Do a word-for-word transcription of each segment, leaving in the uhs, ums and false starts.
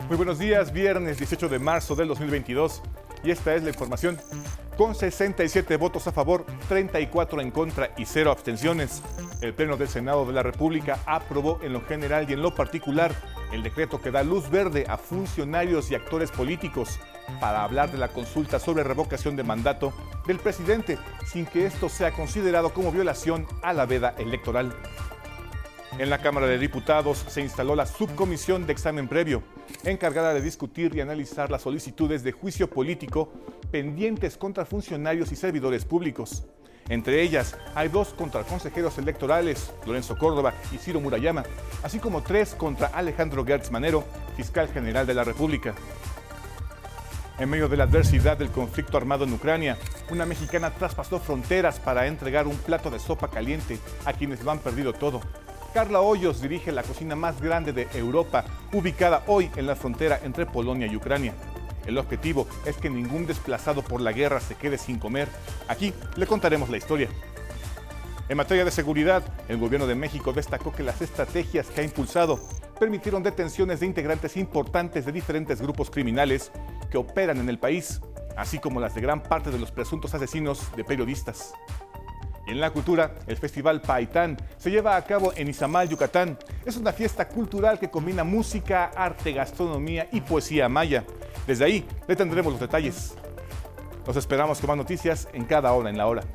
Muy buenos días, viernes dieciocho de marzo del dos mil veintidós, y esta es la información. Con sesenta y siete votos a favor, treinta y cuatro en contra y cero abstenciones, el Pleno del Senado de la República aprobó en lo general y en lo particular el decreto que da luz verde a funcionarios y actores políticos para hablar de la consulta sobre revocación de mandato del presidente, sin que esto sea considerado como violación a la veda electoral. En la Cámara de Diputados se instaló la subcomisión de examen previo, encargada de discutir y analizar las solicitudes de juicio político pendientes contra funcionarios y servidores públicos. Entre ellas, hay dos contra consejeros electorales, Lorenzo Córdoba y Ciro Murayama, así como tres contra Alejandro Gertz Manero, fiscal general de la República. En medio de la adversidad del conflicto armado en Ucrania, una mexicana traspasó fronteras para entregar un plato de sopa caliente a quienes lo han perdido todo. Carla Hoyos dirige la cocina más grande de Europa, ubicada hoy en la frontera entre Polonia y Ucrania. El objetivo es que ningún desplazado por la guerra se quede sin comer. Aquí le contaremos la historia. En materia de seguridad, el gobierno de México destacó que las estrategias que ha impulsado permitieron detenciones de integrantes importantes de diferentes grupos criminales que operan en el país, así como las de gran parte de los presuntos asesinos de periodistas. Y en la cultura, el Festival Paitán se lleva a cabo en Izamal, Yucatán. Es una fiesta cultural que combina música, arte, gastronomía y poesía maya. Desde ahí le tendremos los detalles. Los esperamos con más noticias en cada hora en la hora.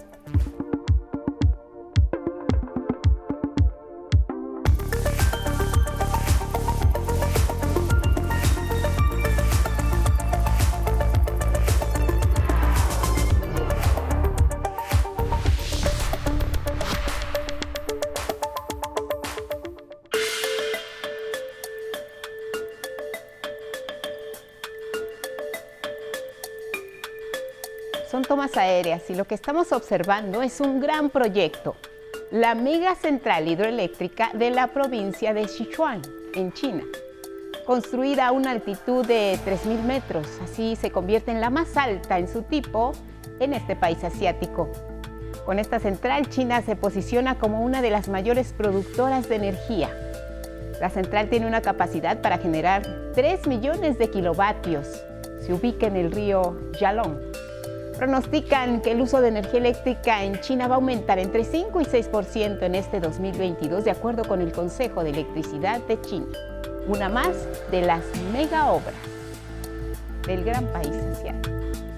Son tomas aéreas y lo que estamos observando es un gran proyecto, la mega central hidroeléctrica de la provincia de Sichuan, en China. Construida a una altitud de tres mil metros, así se convierte en la más alta en su tipo en este país asiático. Con esta central, China se posiciona como una de las mayores productoras de energía. La central tiene una capacidad para generar tres millones de kilovatios. Se ubica en el río Yalong. Pronostican que el uso de energía eléctrica en China va a aumentar entre cinco y seis por ciento en este dos mil veintidós, de acuerdo con el Consejo de Electricidad de China. Una más de las mega obras del gran país asiático.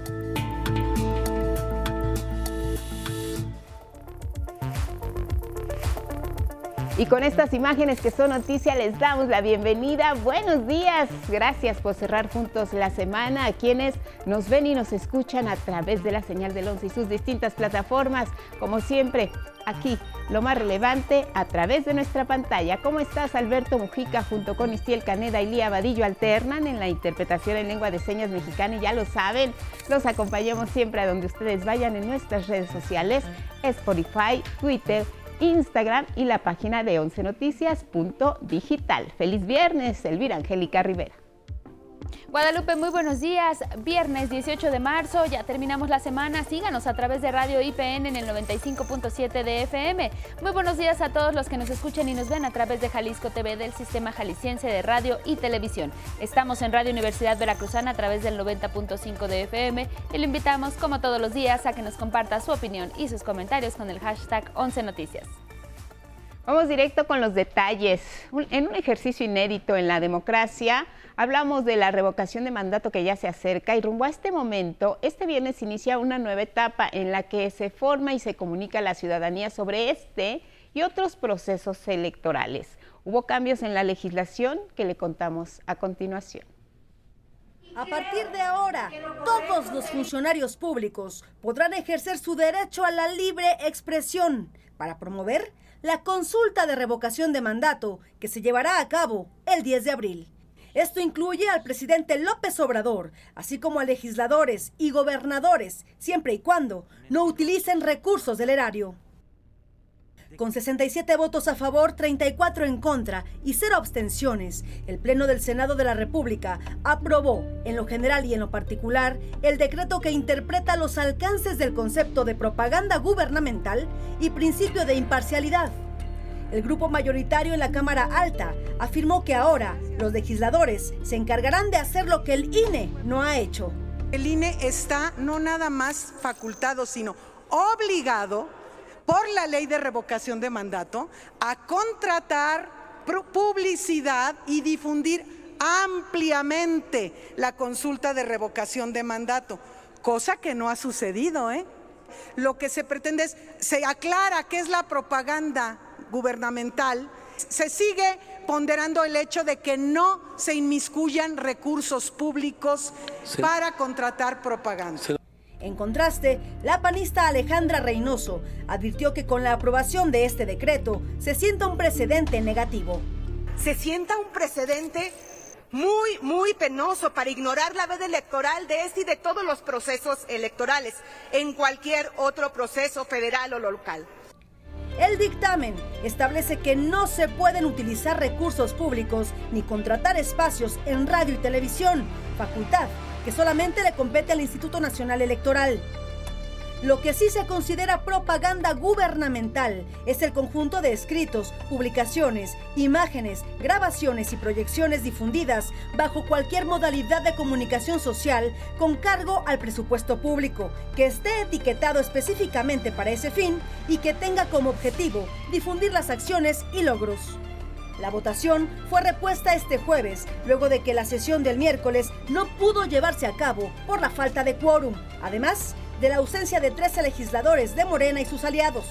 Y con estas imágenes que son noticia les damos la bienvenida. Buenos días, gracias por cerrar juntos la semana. A quienes nos ven y nos escuchan a través de la señal del once y sus distintas plataformas. Como siempre, aquí lo más relevante a través de nuestra pantalla. ¿Cómo estás? Alberto Mujica junto con Istiel Caneda y Lía Vadillo alternan en la interpretación en lengua de señas mexicana, y ya lo saben, los acompañamos siempre a donde ustedes vayan en nuestras redes sociales, Spotify, Twitter, Instagram y la página de once noticias punto digital. Feliz viernes, Elvira Angélica Rivera. Guadalupe, muy buenos días. Viernes dieciocho de marzo, ya terminamos la semana. Síganos a través de Radio I P N en el noventa y cinco punto siete de F M. Muy buenos días a todos los que nos escuchan y nos ven a través de Jalisco T V del Sistema Jalisciense de Radio y Televisión. Estamos en Radio Universidad Veracruzana a través del noventa punto cinco de F M y le invitamos, como todos los días, a que nos comparta su opinión y sus comentarios con el hashtag once noticias. Vamos directo con los detalles. En un ejercicio inédito en la democracia, hablamos de la revocación de mandato que ya se acerca y rumbo a este momento, este viernes inicia una nueva etapa en la que se forma y se comunica a la ciudadanía sobre este y otros procesos electorales. Hubo cambios en la legislación que le contamos a continuación. A partir de ahora, todos los funcionarios públicos podrán ejercer su derecho a la libre expresión para promover la consulta de revocación de mandato que se llevará a cabo el diez de abril. Esto incluye al presidente López Obrador, así como a legisladores y gobernadores, siempre y cuando no utilicen recursos del erario. Con sesenta y siete votos a favor, treinta y cuatro en contra y cero abstenciones, el Pleno del Senado de la República aprobó, en lo general y en lo particular, el decreto que interpreta los alcances del concepto de propaganda gubernamental y principio de imparcialidad. El grupo mayoritario en la Cámara Alta afirmó que ahora los legisladores se encargarán de hacer lo que el I N E no ha hecho. El I N E está no nada más facultado, sino obligado por la ley de revocación de mandato a contratar publicidad y difundir ampliamente la consulta de revocación de mandato, cosa que no ha sucedido, ¿eh? Lo que se pretende es, se aclara qué es la propaganda gubernamental, se sigue ponderando el hecho de que no se inmiscuyan recursos públicos sí. para contratar propaganda. Sí. En contraste, la panista Alejandra Reynoso advirtió que con la aprobación de este decreto se sienta un precedente negativo. Se sienta un precedente muy, muy penoso para ignorar la veda electoral de este y de todos los procesos electorales en cualquier otro proceso federal o local. El dictamen establece que no se pueden utilizar recursos públicos ni contratar espacios en radio y televisión, facultad que solamente le compete al Instituto Nacional Electoral. Lo que sí se considera propaganda gubernamental es el conjunto de escritos, publicaciones, imágenes, grabaciones y proyecciones difundidas bajo cualquier modalidad de comunicación social con cargo al presupuesto público, que esté etiquetado específicamente para ese fin y que tenga como objetivo difundir las acciones y logros. La votación fue repuesta este jueves, luego de que la sesión del miércoles no pudo llevarse a cabo por la falta de quórum. Además, de la ausencia de trece legisladores de Morena y sus aliados.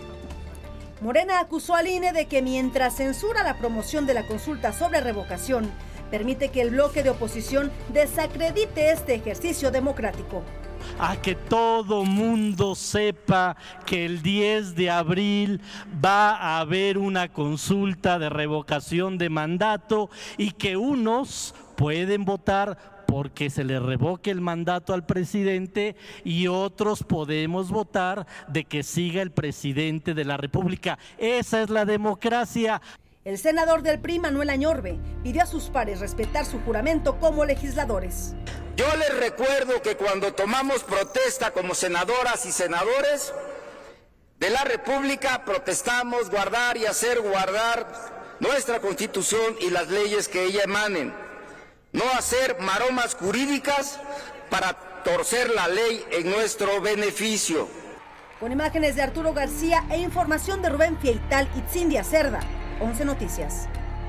Morena acusó al I N E de que mientras censura la promoción de la consulta sobre revocación, permite que el bloque de oposición desacredite este ejercicio democrático. A que todo mundo sepa que el diez de abril va a haber una consulta de revocación de mandato y que unos pueden votar porque se le revoque el mandato al presidente y otros podemos votar de que siga el presidente de la República. Esa es la democracia. El senador del P R I, Manuel Añorbe, pidió a sus pares respetar su juramento como legisladores. Yo les recuerdo que cuando tomamos protesta como senadoras y senadores de la República, protestamos guardar y hacer guardar nuestra Constitución y las leyes que ella emanen. No hacer maromas jurídicas para torcer la ley en nuestro beneficio. Con imágenes de Arturo García e información de Rubén Fieital y Cindia Cerda, once Noticias.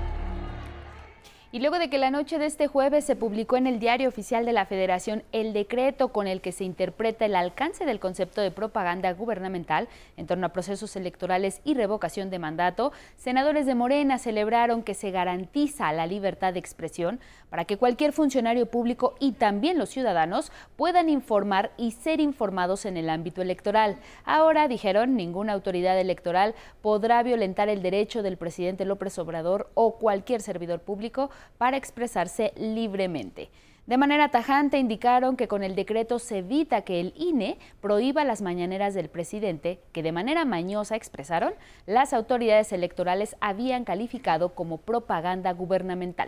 Y luego de que la noche de este jueves se publicó en el Diario Oficial de la Federación el decreto con el que se interpreta el alcance del concepto de propaganda gubernamental en torno a procesos electorales y revocación de mandato, senadores de Morena celebraron que se garantiza la libertad de expresión para que cualquier funcionario público y también los ciudadanos puedan informar y ser informados en el ámbito electoral. Ahora, dijeron, ninguna autoridad electoral podrá violentar el derecho del presidente López Obrador o cualquier servidor público para expresarse libremente. De manera tajante indicaron que con el decreto se evita que el I N E prohíba las mañaneras del presidente, que de manera mañosa, expresaron, las autoridades electorales habían calificado como propaganda gubernamental.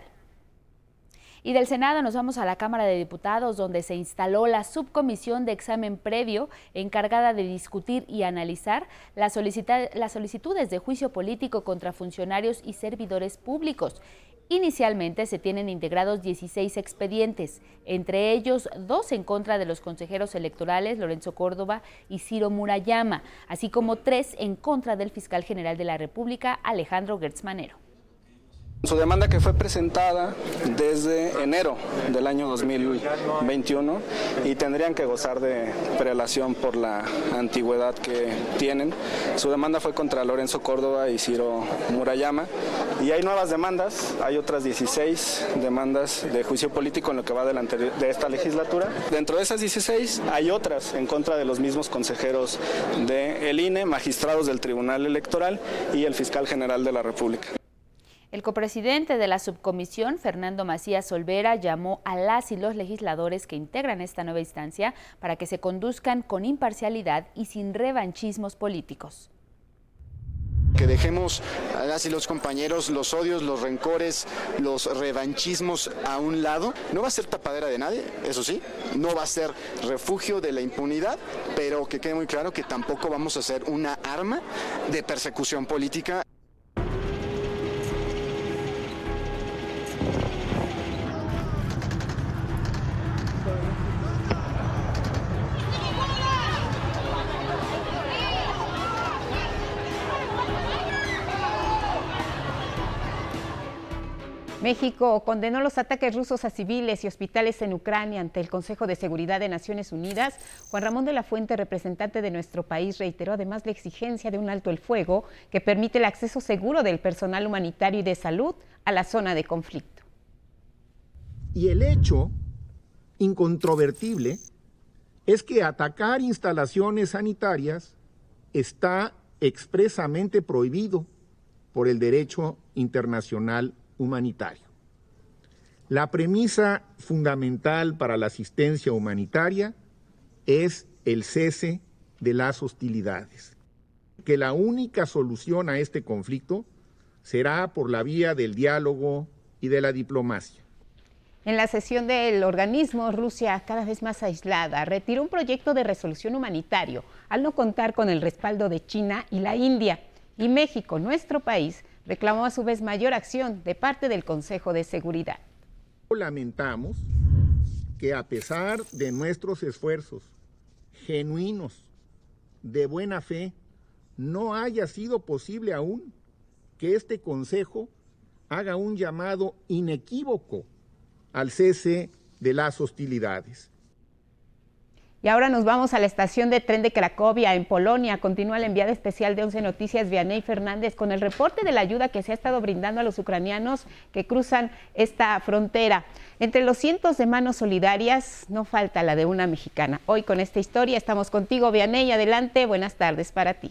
Y del Senado nos vamos a la Cámara de Diputados, donde se instaló la subcomisión de examen previo encargada de discutir y analizar las, solicita- las solicitudes de juicio político contra funcionarios y servidores públicos. Inicialmente se tienen integrados dieciséis expedientes, entre ellos dos en contra de los consejeros electorales Lorenzo Córdoba y Ciro Murayama, así como tres en contra del fiscal general de la República, Alejandro Gertz Manero. Su demanda, que fue presentada desde enero del año dos mil veintiuno, y tendrían que gozar de prelación por la antigüedad que tienen. Su demanda fue contra Lorenzo Córdoba y Ciro Murayama, y hay nuevas demandas, hay otras dieciséis demandas de juicio político en lo que va delante de esta legislatura. Dentro de esas dieciséis hay otras en contra de los mismos consejeros del I N E, magistrados del Tribunal Electoral y el fiscal general de la República. El copresidente de la subcomisión, Fernando Macías Olvera, llamó a las y los legisladores que integran esta nueva instancia para que se conduzcan con imparcialidad y sin revanchismos políticos. Que dejemos a las y los compañeros los odios, los rencores, los revanchismos a un lado. No va a ser tapadera de nadie, eso sí, no va a ser refugio de la impunidad, pero que quede muy claro que tampoco vamos a ser una arma de persecución política. México condenó los ataques rusos a civiles y hospitales en Ucrania ante el Consejo de Seguridad de Naciones Unidas. Juan Ramón de la Fuente, representante de nuestro país, reiteró además la exigencia de un alto el fuego que permite el acceso seguro del personal humanitario y de salud a la zona de conflicto. Y el hecho incontrovertible es que atacar instalaciones sanitarias está expresamente prohibido por el derecho internacional humanitario. La premisa fundamental para la asistencia humanitaria es el cese de las hostilidades, que la única solución a este conflicto será por la vía del diálogo y de la diplomacia. En la sesión del organismo, Rusia, cada vez más aislada, retiró un proyecto de resolución humanitario al no contar con el respaldo de China y la India. Y México, nuestro país, reclamó a su vez mayor acción de parte del Consejo de Seguridad. Lamentamos que a pesar de nuestros esfuerzos genuinos, de buena fe, no haya sido posible aún que este Consejo haga un llamado inequívoco al cese de las hostilidades. Y ahora nos vamos a la estación de tren de Cracovia, en Polonia. Continúa la enviada especial de once Noticias, Vianey Fernández, con el reporte de la ayuda que se ha estado brindando a los ucranianos que cruzan esta frontera. Entre los cientos de manos solidarias, no falta la de una mexicana. Hoy con esta historia estamos contigo, Vianey. Adelante, buenas tardes para ti.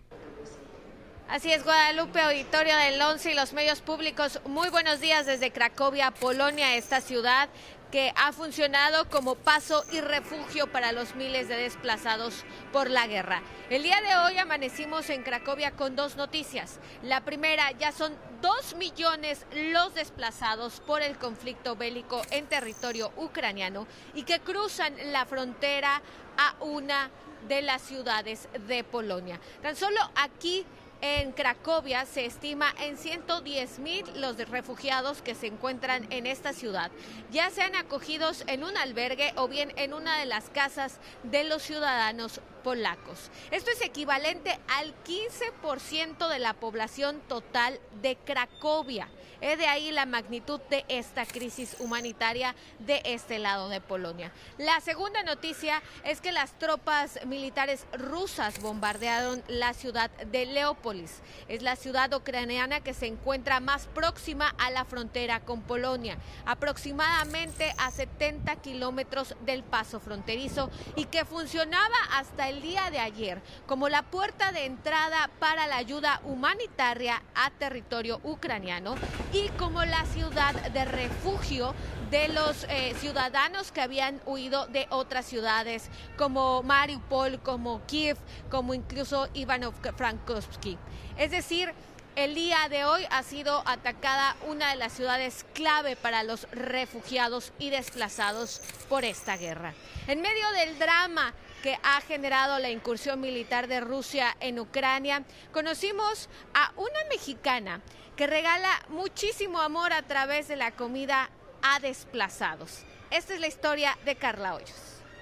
Así es, Guadalupe, auditorio del once y los medios públicos. Muy buenos días desde Cracovia, Polonia, esta ciudad que ha funcionado como paso y refugio para los miles de desplazados por la guerra. El día de hoy amanecimos en Cracovia con dos noticias. La primera, ya son dos millones los desplazados por el conflicto bélico en territorio ucraniano y que cruzan la frontera a una de las ciudades de Polonia. Tan solo aquí en Cracovia se estima en ciento diez mil los refugiados que se encuentran en esta ciudad, ya sean acogidos en un albergue o bien en una de las casas de los ciudadanos polacos. Esto es equivalente al quince por ciento de la población total de Cracovia. Es de ahí la magnitud de esta crisis humanitaria de este lado de Polonia. La segunda noticia es que las tropas militares rusas bombardearon la ciudad de Leópolis. Es la ciudad ucraniana que se encuentra más próxima a la frontera con Polonia, aproximadamente a setenta kilómetros del paso fronterizo, y que funcionaba hasta el día de ayer como la puerta de entrada para la ayuda humanitaria a territorio ucraniano y como la ciudad de refugio de los eh, ciudadanos que habían huido de otras ciudades como Mariupol, como Kiev, como incluso Ivano-Frankivsk. Es decir, el día de hoy ha sido atacada una de las ciudades clave para los refugiados y desplazados por esta guerra. En medio del drama que ha generado la incursión militar de Rusia en Ucrania, conocimos a una mexicana que regala muchísimo amor a través de la comida a desplazados. Esta es la historia de Carla Hoyos.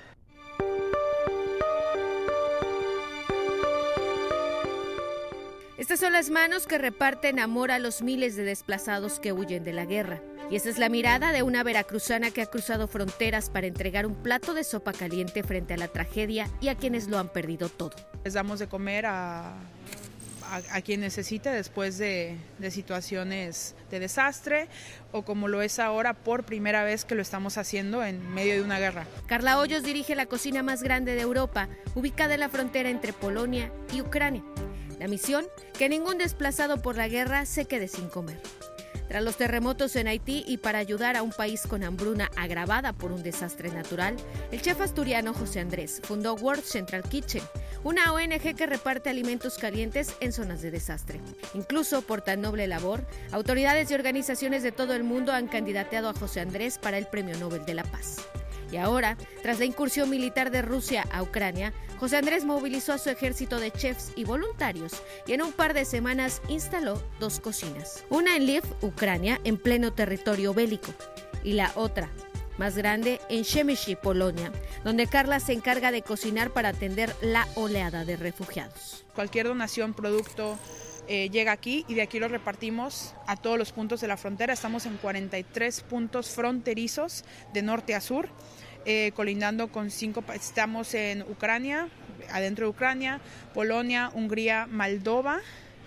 Estas son las manos que reparten amor a los miles de desplazados que huyen de la guerra. Y esa es la mirada de una veracruzana que ha cruzado fronteras para entregar un plato de sopa caliente frente a la tragedia y a quienes lo han perdido todo. Les damos de comer a, a, a quien necesite después de, de situaciones de desastre, o como lo es ahora por primera vez que lo estamos haciendo en medio de una guerra. Carla Hoyos dirige la cocina más grande de Europa, ubicada en la frontera entre Polonia y Ucrania. La misión, que ningún desplazado por la guerra se quede sin comer. Tras los terremotos en Haití y para ayudar a un país con hambruna agravada por un desastre natural, el chef asturiano José Andrés fundó World Central Kitchen, una O N Ge que reparte alimentos calientes en zonas de desastre. Incluso por tan noble labor, autoridades y organizaciones de todo el mundo han candidateado a José Andrés para el Premio Nobel de la Paz. Y ahora, tras la incursión militar de Rusia a Ucrania, José Andrés movilizó a su ejército de chefs y voluntarios y en un par de semanas instaló dos cocinas. Una en Lviv, Ucrania, en pleno territorio bélico, y la otra, más grande, en Przemyśl, Polonia, donde Carla se encarga de cocinar para atender la oleada de refugiados. Cualquier donación, producto, eh, llega aquí y de aquí lo repartimos a todos los puntos de la frontera. Estamos en cuarenta y tres puntos fronterizos de norte a sur, eh, colindando con cinco países. Estamos en Ucrania, adentro de Ucrania, Polonia, Hungría, Moldova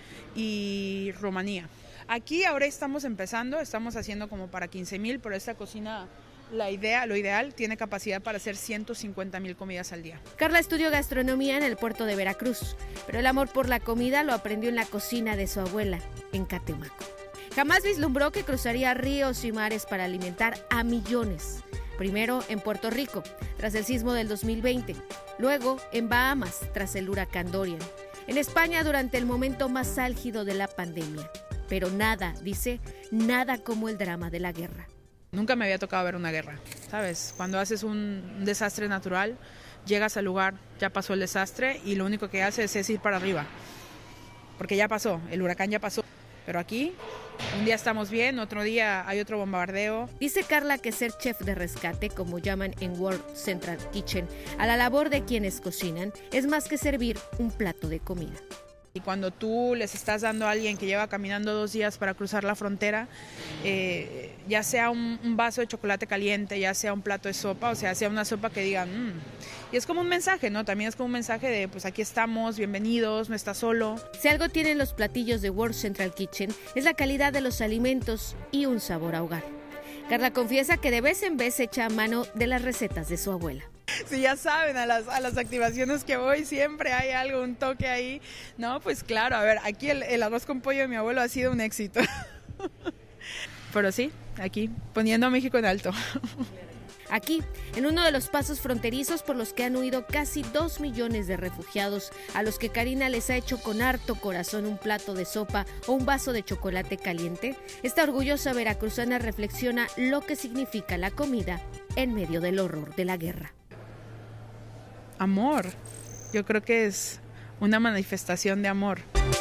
y Rumanía. Aquí ahora estamos empezando, estamos haciendo como para quince mil, pero esta cocina, la idea, lo ideal, tiene capacidad para hacer ciento cincuenta mil comidas al día. Carla estudió gastronomía en el puerto de Veracruz, pero el amor por la comida lo aprendió en la cocina de su abuela, en Catemaco. Jamás vislumbró que cruzaría ríos y mares para alimentar a millones. Primero en Puerto Rico, tras el sismo del dos mil veinte. Luego en Bahamas, tras el huracán Dorian. En España durante el momento más álgido de la pandemia. Pero nada, dice, nada como el drama de la guerra. Nunca me había tocado ver una guerra, ¿sabes? Cuando haces un desastre natural, llegas al lugar, ya pasó el desastre y lo único que haces es ir para arriba. Porque ya pasó, el huracán ya pasó. Pero aquí, un día estamos bien, otro día hay otro bombardeo. Dice Carla que ser chef de rescate, como llaman en World Central Kitchen, a la labor de quienes cocinan, es más que servir un plato de comida. Y cuando tú les estás dando a alguien que lleva caminando dos días para cruzar la frontera, eh, ya sea un, un vaso de chocolate caliente, ya sea un plato de sopa, o sea, sea una sopa que digan, mmm. Y es como un mensaje, ¿no? También es como un mensaje de, pues aquí estamos, bienvenidos, no estás solo. Si algo tienen los platillos de World Central Kitchen, es la calidad de los alimentos y un sabor a hogar. Carla confiesa que de vez en vez echa a mano de las recetas de su abuela. Si ya saben, a las, a las activaciones que voy siempre hay algo, un toque ahí. No, pues claro, a ver, aquí el, el arroz con pollo de mi abuelo ha sido un éxito. Pero sí, aquí, poniendo a México en alto. Aquí, en uno de los pasos fronterizos por los que han huido casi dos millones de refugiados, a los que Karina les ha hecho con harto corazón un plato de sopa o un vaso de chocolate caliente, esta orgullosa veracruzana reflexiona lo que significa la comida en medio del horror de la guerra. Amor, yo creo que es una manifestación de amor.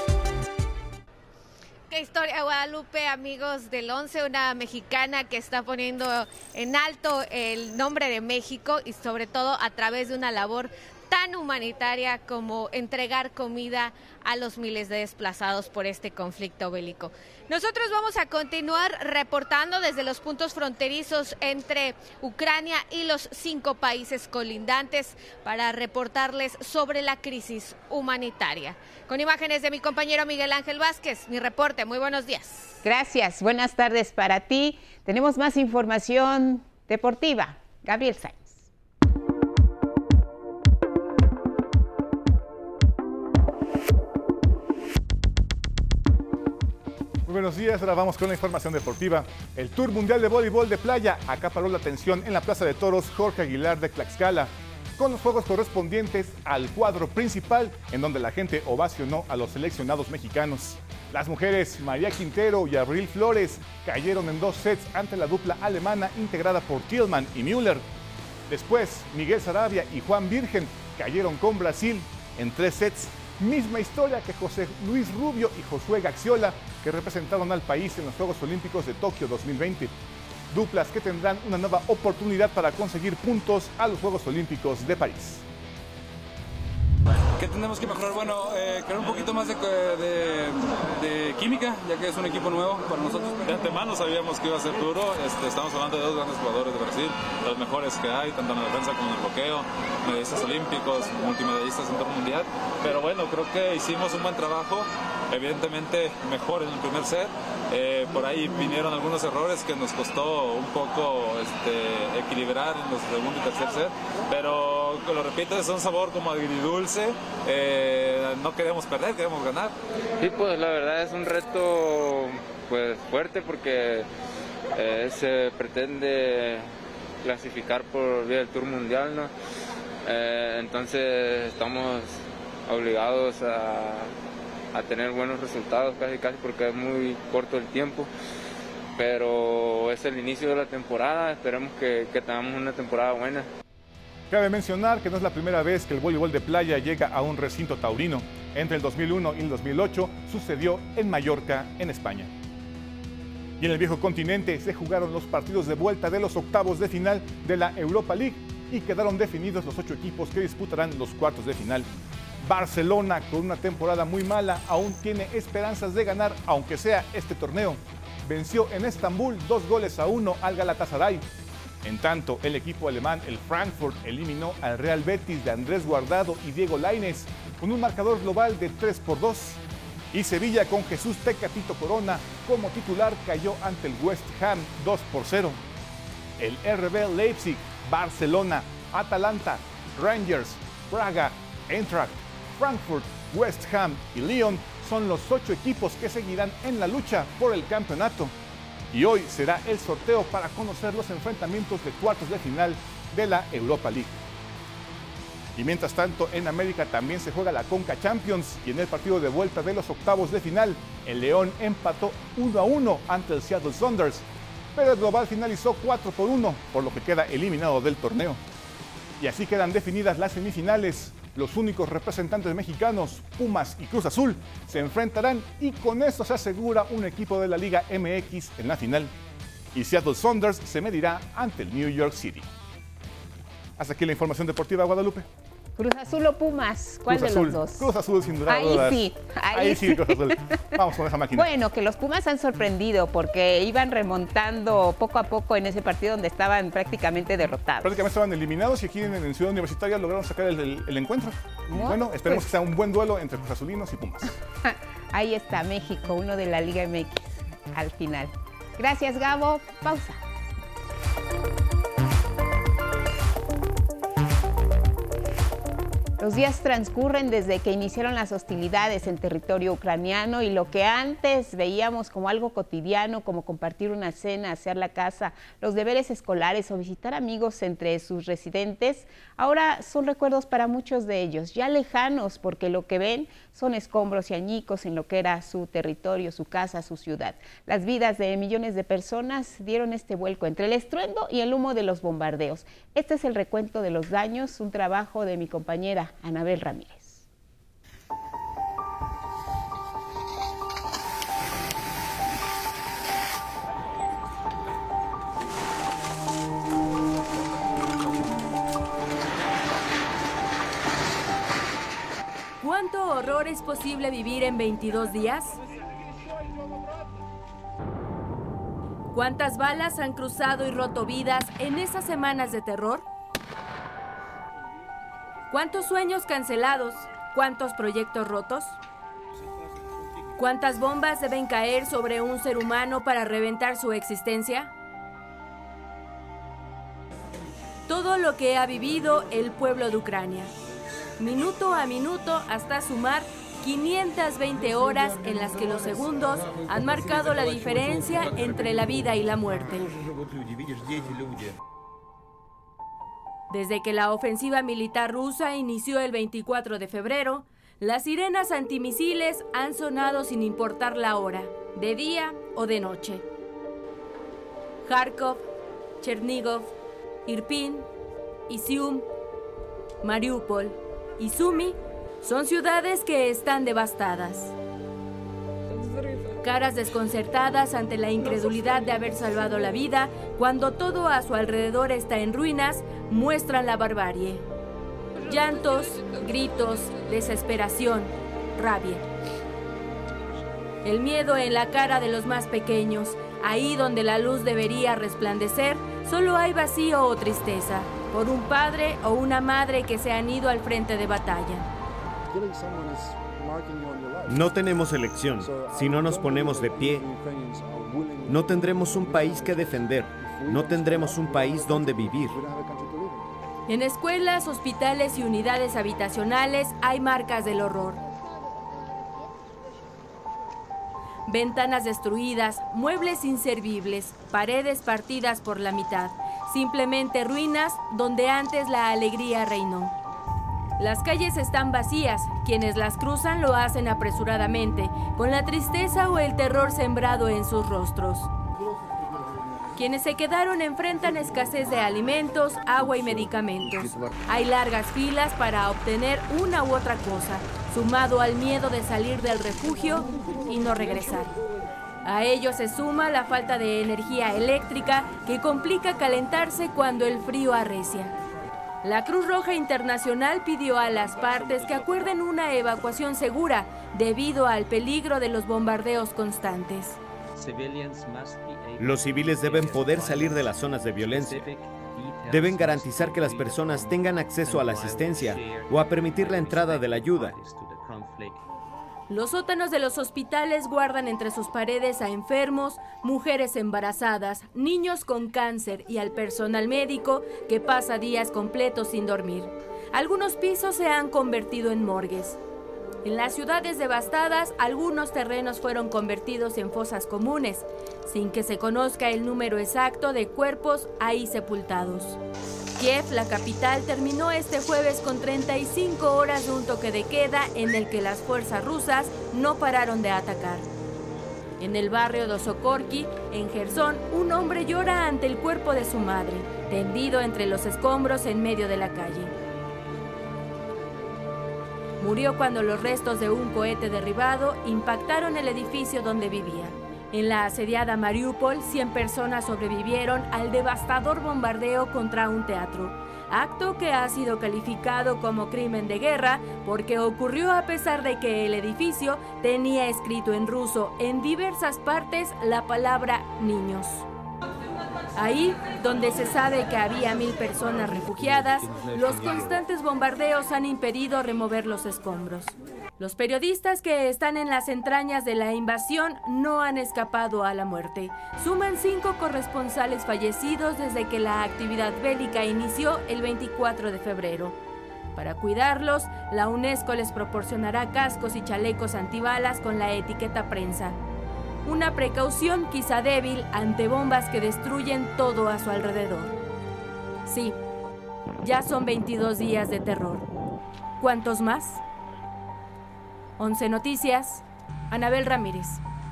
Qué historia, Guadalupe, amigos del once, una mexicana que está poniendo en alto el nombre de México y sobre todo a través de una labor tan humanitaria como entregar comida a los miles de desplazados por este conflicto bélico. Nosotros vamos a continuar reportando desde los puntos fronterizos entre Ucrania y los cinco países colindantes para reportarles sobre la crisis humanitaria. Con imágenes de mi compañero Miguel Ángel Vázquez, mi reporte. Muy buenos días. Gracias, buenas tardes para ti. Tenemos más información deportiva. Gabriel Sainz. Muy buenos días, ahora vamos con la información deportiva. El Tour Mundial de Voleibol de Playa acaparó la atención en la Plaza de Toros Jorge Aguilar de Tlaxcala, con los juegos correspondientes al cuadro principal, en donde la gente ovacionó a los seleccionados mexicanos. Las mujeres María Quintero y Abril Flores cayeron en dos sets ante la dupla alemana integrada por Tillman y Müller. Después, Miguel Sarabia y Juan Virgen cayeron con Brasil en tres sets. Misma historia que José Luis Rubio y Josué Gaxiola, que representaron al país en los Juegos Olímpicos de Tokio dos mil veinte. Duplas que tendrán una nueva oportunidad para conseguir puntos a los Juegos Olímpicos de París. ¿Qué tenemos que mejorar? Bueno, eh, crear un poquito más de, de, de química, ya que es un equipo nuevo para nosotros. De antemano sabíamos que iba a ser duro. Este, estamos hablando de dos grandes jugadores de Brasil, los mejores que hay, tanto en la defensa como en el bloqueo, medallistas olímpicos, multimedallistas en todo el mundial. Pero bueno, creo que hicimos un buen trabajo, evidentemente mejor en el primer set. Eh, por ahí vinieron algunos errores que nos costó un poco este, equilibrar en los segundo y tercer set, pero lo repito, es un sabor como agridulce. Eh, no queremos perder, queremos ganar. Sí, pues la verdad es un reto pues fuerte porque eh, se pretende clasificar por vía del Tour Mundial, ¿no? Eh, entonces estamos obligados a a tener buenos resultados casi casi porque es muy corto el tiempo, pero es el inicio de la temporada, esperemos que, que tengamos una temporada buena. Cabe mencionar que no es la primera vez que el voleibol de playa llega a un recinto taurino. Entre el dos mil uno y el dos mil ocho sucedió en Mallorca, en España. Y en el viejo continente se jugaron los partidos de vuelta de los octavos de final de la Europa League y quedaron definidos los ocho equipos que disputarán los cuartos de final. Barcelona, con una temporada muy mala, aún tiene esperanzas de ganar, aunque sea este torneo. Venció en Estambul dos goles a uno al Galatasaray. En tanto, el equipo alemán, el Frankfurt, eliminó al Real Betis de Andrés Guardado y Diego Lainez con un marcador global de tres por dos. Y Sevilla, con Jesús Tecatito Corona como titular, cayó ante el West Ham dos por cero. El R B Leipzig, Barcelona, Atalanta, Rangers, Braga, Eintracht, Frankfurt, West Ham y Lyon son los ocho equipos que seguirán en la lucha por el campeonato. Y hoy será el sorteo para conocer los enfrentamientos de cuartos de final de la Europa League. Y mientras tanto, en América también se juega la Conca Champions y en el partido de vuelta de los octavos de final, el León empató uno a uno ante el Seattle Sounders, pero el global finalizó cuatro por uno, por lo que queda eliminado del torneo. Y así quedan definidas las semifinales. Los únicos representantes mexicanos, Pumas y Cruz Azul, se enfrentarán y con eso se asegura un equipo de la Liga M X en la final. Y Seattle Sounders se medirá ante el New York City. Hasta aquí la información deportiva, Guadalupe. Cruz Azul o Pumas, ¿cuál Cruz de Azul. los dos? Cruz Azul, sin duda. Ahí dudas. sí, ahí, ahí sí, sí. Cruz Azul. Vamos con esa máquina. Bueno, que los Pumas han sorprendido porque iban remontando poco a poco en ese partido donde estaban prácticamente derrotados. Prácticamente estaban eliminados y aquí en, en Ciudad Universitaria lograron sacar el, el, el encuentro. Bueno, bueno, esperemos pues, que sea un buen duelo entre Cruz Azulinos y Pumas. Ahí está México, uno de la Liga M X al final. Gracias, Gabo. Pausa. Los días transcurren desde que iniciaron las hostilidades en territorio ucraniano y lo que antes veíamos como algo cotidiano, como compartir una cena, hacer la casa, los deberes escolares o visitar amigos entre sus residentes, ahora son recuerdos para muchos de ellos, ya lejanos, porque lo que ven son escombros y añicos en lo que era su territorio, su casa, su ciudad. Las vidas de millones de personas dieron este vuelco entre el estruendo y el humo de los bombardeos. Este es el recuento de los daños, un trabajo de mi compañera Anabel Ramírez. ¿Cuánto horror es posible vivir en veintidós días? ¿Cuántas balas han cruzado y roto vidas en esas semanas de terror? ¿Cuántos sueños cancelados? ¿Cuántos proyectos rotos? ¿Cuántas bombas deben caer sobre un ser humano para reventar su existencia? Todo lo que ha vivido el pueblo de Ucrania, minuto a minuto hasta sumar quinientas veinte horas en las que los segundos han marcado la diferencia entre la vida y la muerte. Desde que la ofensiva militar rusa inició el veinticuatro de febrero, las sirenas antimisiles han sonado sin importar la hora, de día o de noche. Kharkov, Chernigov, Irpin, Izium, Mariupol y Sumi son ciudades que están devastadas. Caras desconcertadas ante la incredulidad de haber salvado la vida cuando todo a su alrededor está en ruinas, muestran la barbarie. Llantos, gritos, desesperación, rabia. El miedo en la cara de los más pequeños, ahí donde la luz debería resplandecer, solo hay vacío o tristeza, por un padre o una madre que se han ido al frente de batalla. No tenemos elección. Si no nos ponemos de pie, no tendremos un país que defender. No tendremos un país donde vivir. En escuelas, hospitales y unidades habitacionales hay marcas del horror. Ventanas destruidas, muebles inservibles, paredes partidas por la mitad. Simplemente ruinas donde antes la alegría reinó. Las calles están vacías, quienes las cruzan lo hacen apresuradamente, con la tristeza o el terror sembrado en sus rostros. Quienes se quedaron enfrentan escasez de alimentos, agua y medicamentos. Hay largas filas para obtener una u otra cosa, sumado al miedo de salir del refugio y no regresar. A ello se suma la falta de energía eléctrica que complica calentarse cuando el frío arrecia. La Cruz Roja Internacional pidió a las partes que acuerden una evacuación segura debido al peligro de los bombardeos constantes. Los civiles deben poder salir de las zonas de violencia. Deben garantizar que las personas tengan acceso a la asistencia o a permitir la entrada de la ayuda. Los sótanos de los hospitales guardan entre sus paredes a enfermos, mujeres embarazadas, niños con cáncer y al personal médico que pasa días completos sin dormir. Algunos pisos se han convertido en morgues. En las ciudades devastadas, algunos terrenos fueron convertidos en fosas comunes, sin que se conozca el número exacto de cuerpos ahí sepultados. Kiev, la capital, terminó este jueves con treinta y cinco horas de un toque de queda en el que las fuerzas rusas no pararon de atacar. En el barrio de Osokorki, en Jersón, un hombre llora ante el cuerpo de su madre, tendido entre los escombros en medio de la calle. Murió cuando los restos de un cohete derribado impactaron el edificio donde vivía. En la asediada Mariupol, cien personas sobrevivieron al devastador bombardeo contra un teatro, acto que ha sido calificado como crimen de guerra porque ocurrió a pesar de que el edificio tenía escrito en ruso en diversas partes la palabra niños. Ahí, donde se sabe que había mil personas refugiadas, los constantes bombardeos han impedido remover los escombros. Los periodistas que están en las entrañas de la invasión no han escapado a la muerte. Suman cinco corresponsales fallecidos desde que la actividad bélica inició el veinticuatro de febrero. Para cuidarlos, la UNESCO les proporcionará cascos y chalecos antibalas con la etiqueta prensa. Una precaución quizá débil ante bombas que destruyen todo a su alrededor. Sí, ya son veintidós días de terror. ¿Cuántos más? once Noticias, Anabel Ramírez.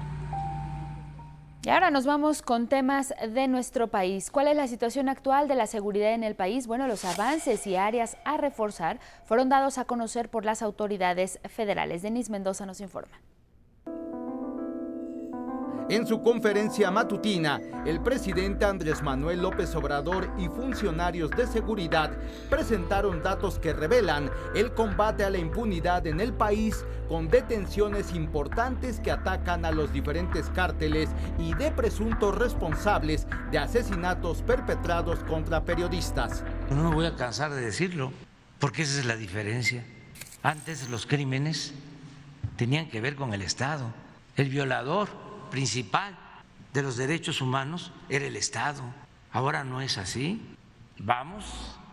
Y ahora nos vamos con temas de nuestro país. ¿Cuál es la situación actual de la seguridad en el país? Bueno, los avances y áreas a reforzar fueron dados a conocer por las autoridades federales. Denis Mendoza nos informa. En su conferencia matutina, el presidente Andrés Manuel López Obrador y funcionarios de seguridad presentaron datos que revelan el combate a la impunidad en el país, con detenciones importantes que atacan a los diferentes cárteles y de presuntos responsables de asesinatos perpetrados contra periodistas. No me voy a cansar de decirlo, porque esa es la diferencia. Antes los crímenes tenían que ver con el Estado. El violador principal de los derechos humanos era el Estado. Ahora no es así. Vamos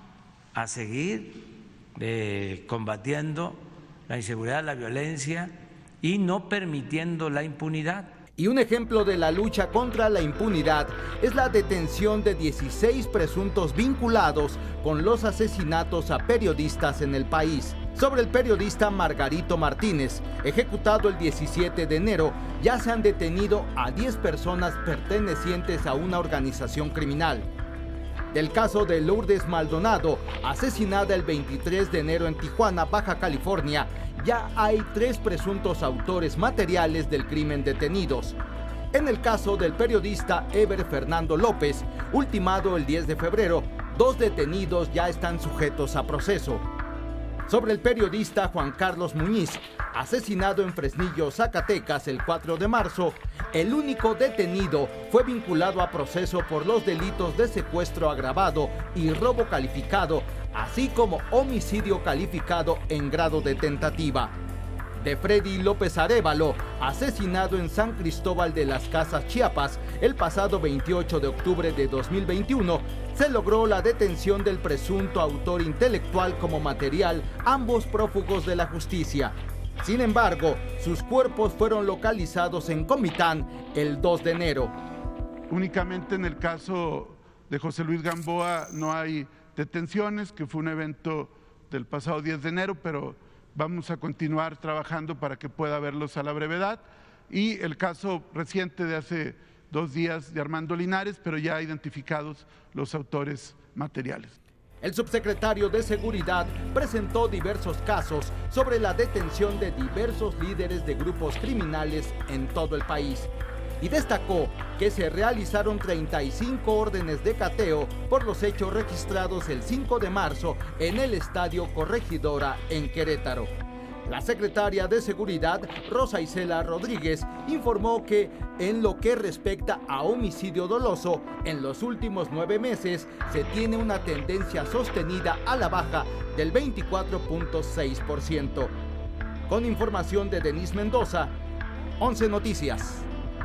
a seguir eh, combatiendo la inseguridad, la violencia y no permitiendo la impunidad. Y un ejemplo de la lucha contra la impunidad es la detención de dieciséis presuntos vinculados con los asesinatos a periodistas en el país. Sobre el periodista Margarito Martínez, ejecutado el diecisiete de enero, ya se han detenido a diez personas pertenecientes a una organización criminal. Del caso de Lourdes Maldonado, asesinada el veintitrés de enero en Tijuana, Baja California, ya hay tres presuntos autores materiales del crimen detenidos. En el caso del periodista Eber Fernando López, ultimado el diez de febrero, dos detenidos ya están sujetos a proceso. Sobre el periodista Juan Carlos Muñiz, asesinado en Fresnillo, Zacatecas, el cuatro de marzo, el único detenido fue vinculado a proceso por los delitos de secuestro agravado y robo calificado, así como homicidio calificado en grado de tentativa. De Freddy López Arévalo, asesinado en San Cristóbal de las Casas, Chiapas, el pasado veintiocho de octubre de dos mil veintiuno, se logró la detención del presunto autor intelectual como material, ambos prófugos de la justicia. Sin embargo, sus cuerpos fueron localizados en Comitán el dos de enero. Únicamente en el caso de José Luis Gamboa no hay detenciones, que fue un evento del pasado diez de enero, pero vamos a continuar trabajando para que pueda verlos a la brevedad. Y el caso reciente de hace dos días de Armando Linares, pero ya identificados los autores materiales. El subsecretario de Seguridad presentó diversos casos sobre la detención de diversos líderes de grupos criminales en todo el país y destacó que se realizaron treinta y cinco órdenes de cateo por los hechos registrados el cinco de marzo en el Estadio Corregidora en Querétaro. La secretaria de Seguridad, Rosa Isela Rodríguez, informó que en lo que respecta a homicidio doloso, en los últimos nueve meses se tiene una tendencia sostenida a la baja del veinticuatro punto seis por ciento. Con información de Denise Mendoza, once Noticias.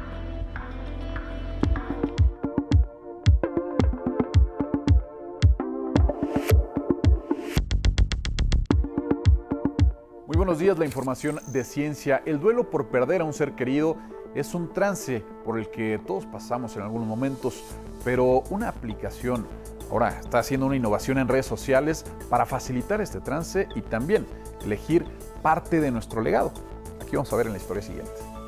Muy buenos días, la información de ciencia. El duelo por perder a un ser querido es un trance por el que todos pasamos en algunos momentos, pero una aplicación ahora está haciendo una innovación en redes sociales para facilitar este trance y también elegir parte de nuestro legado. Aquí vamos a ver en la historia siguiente.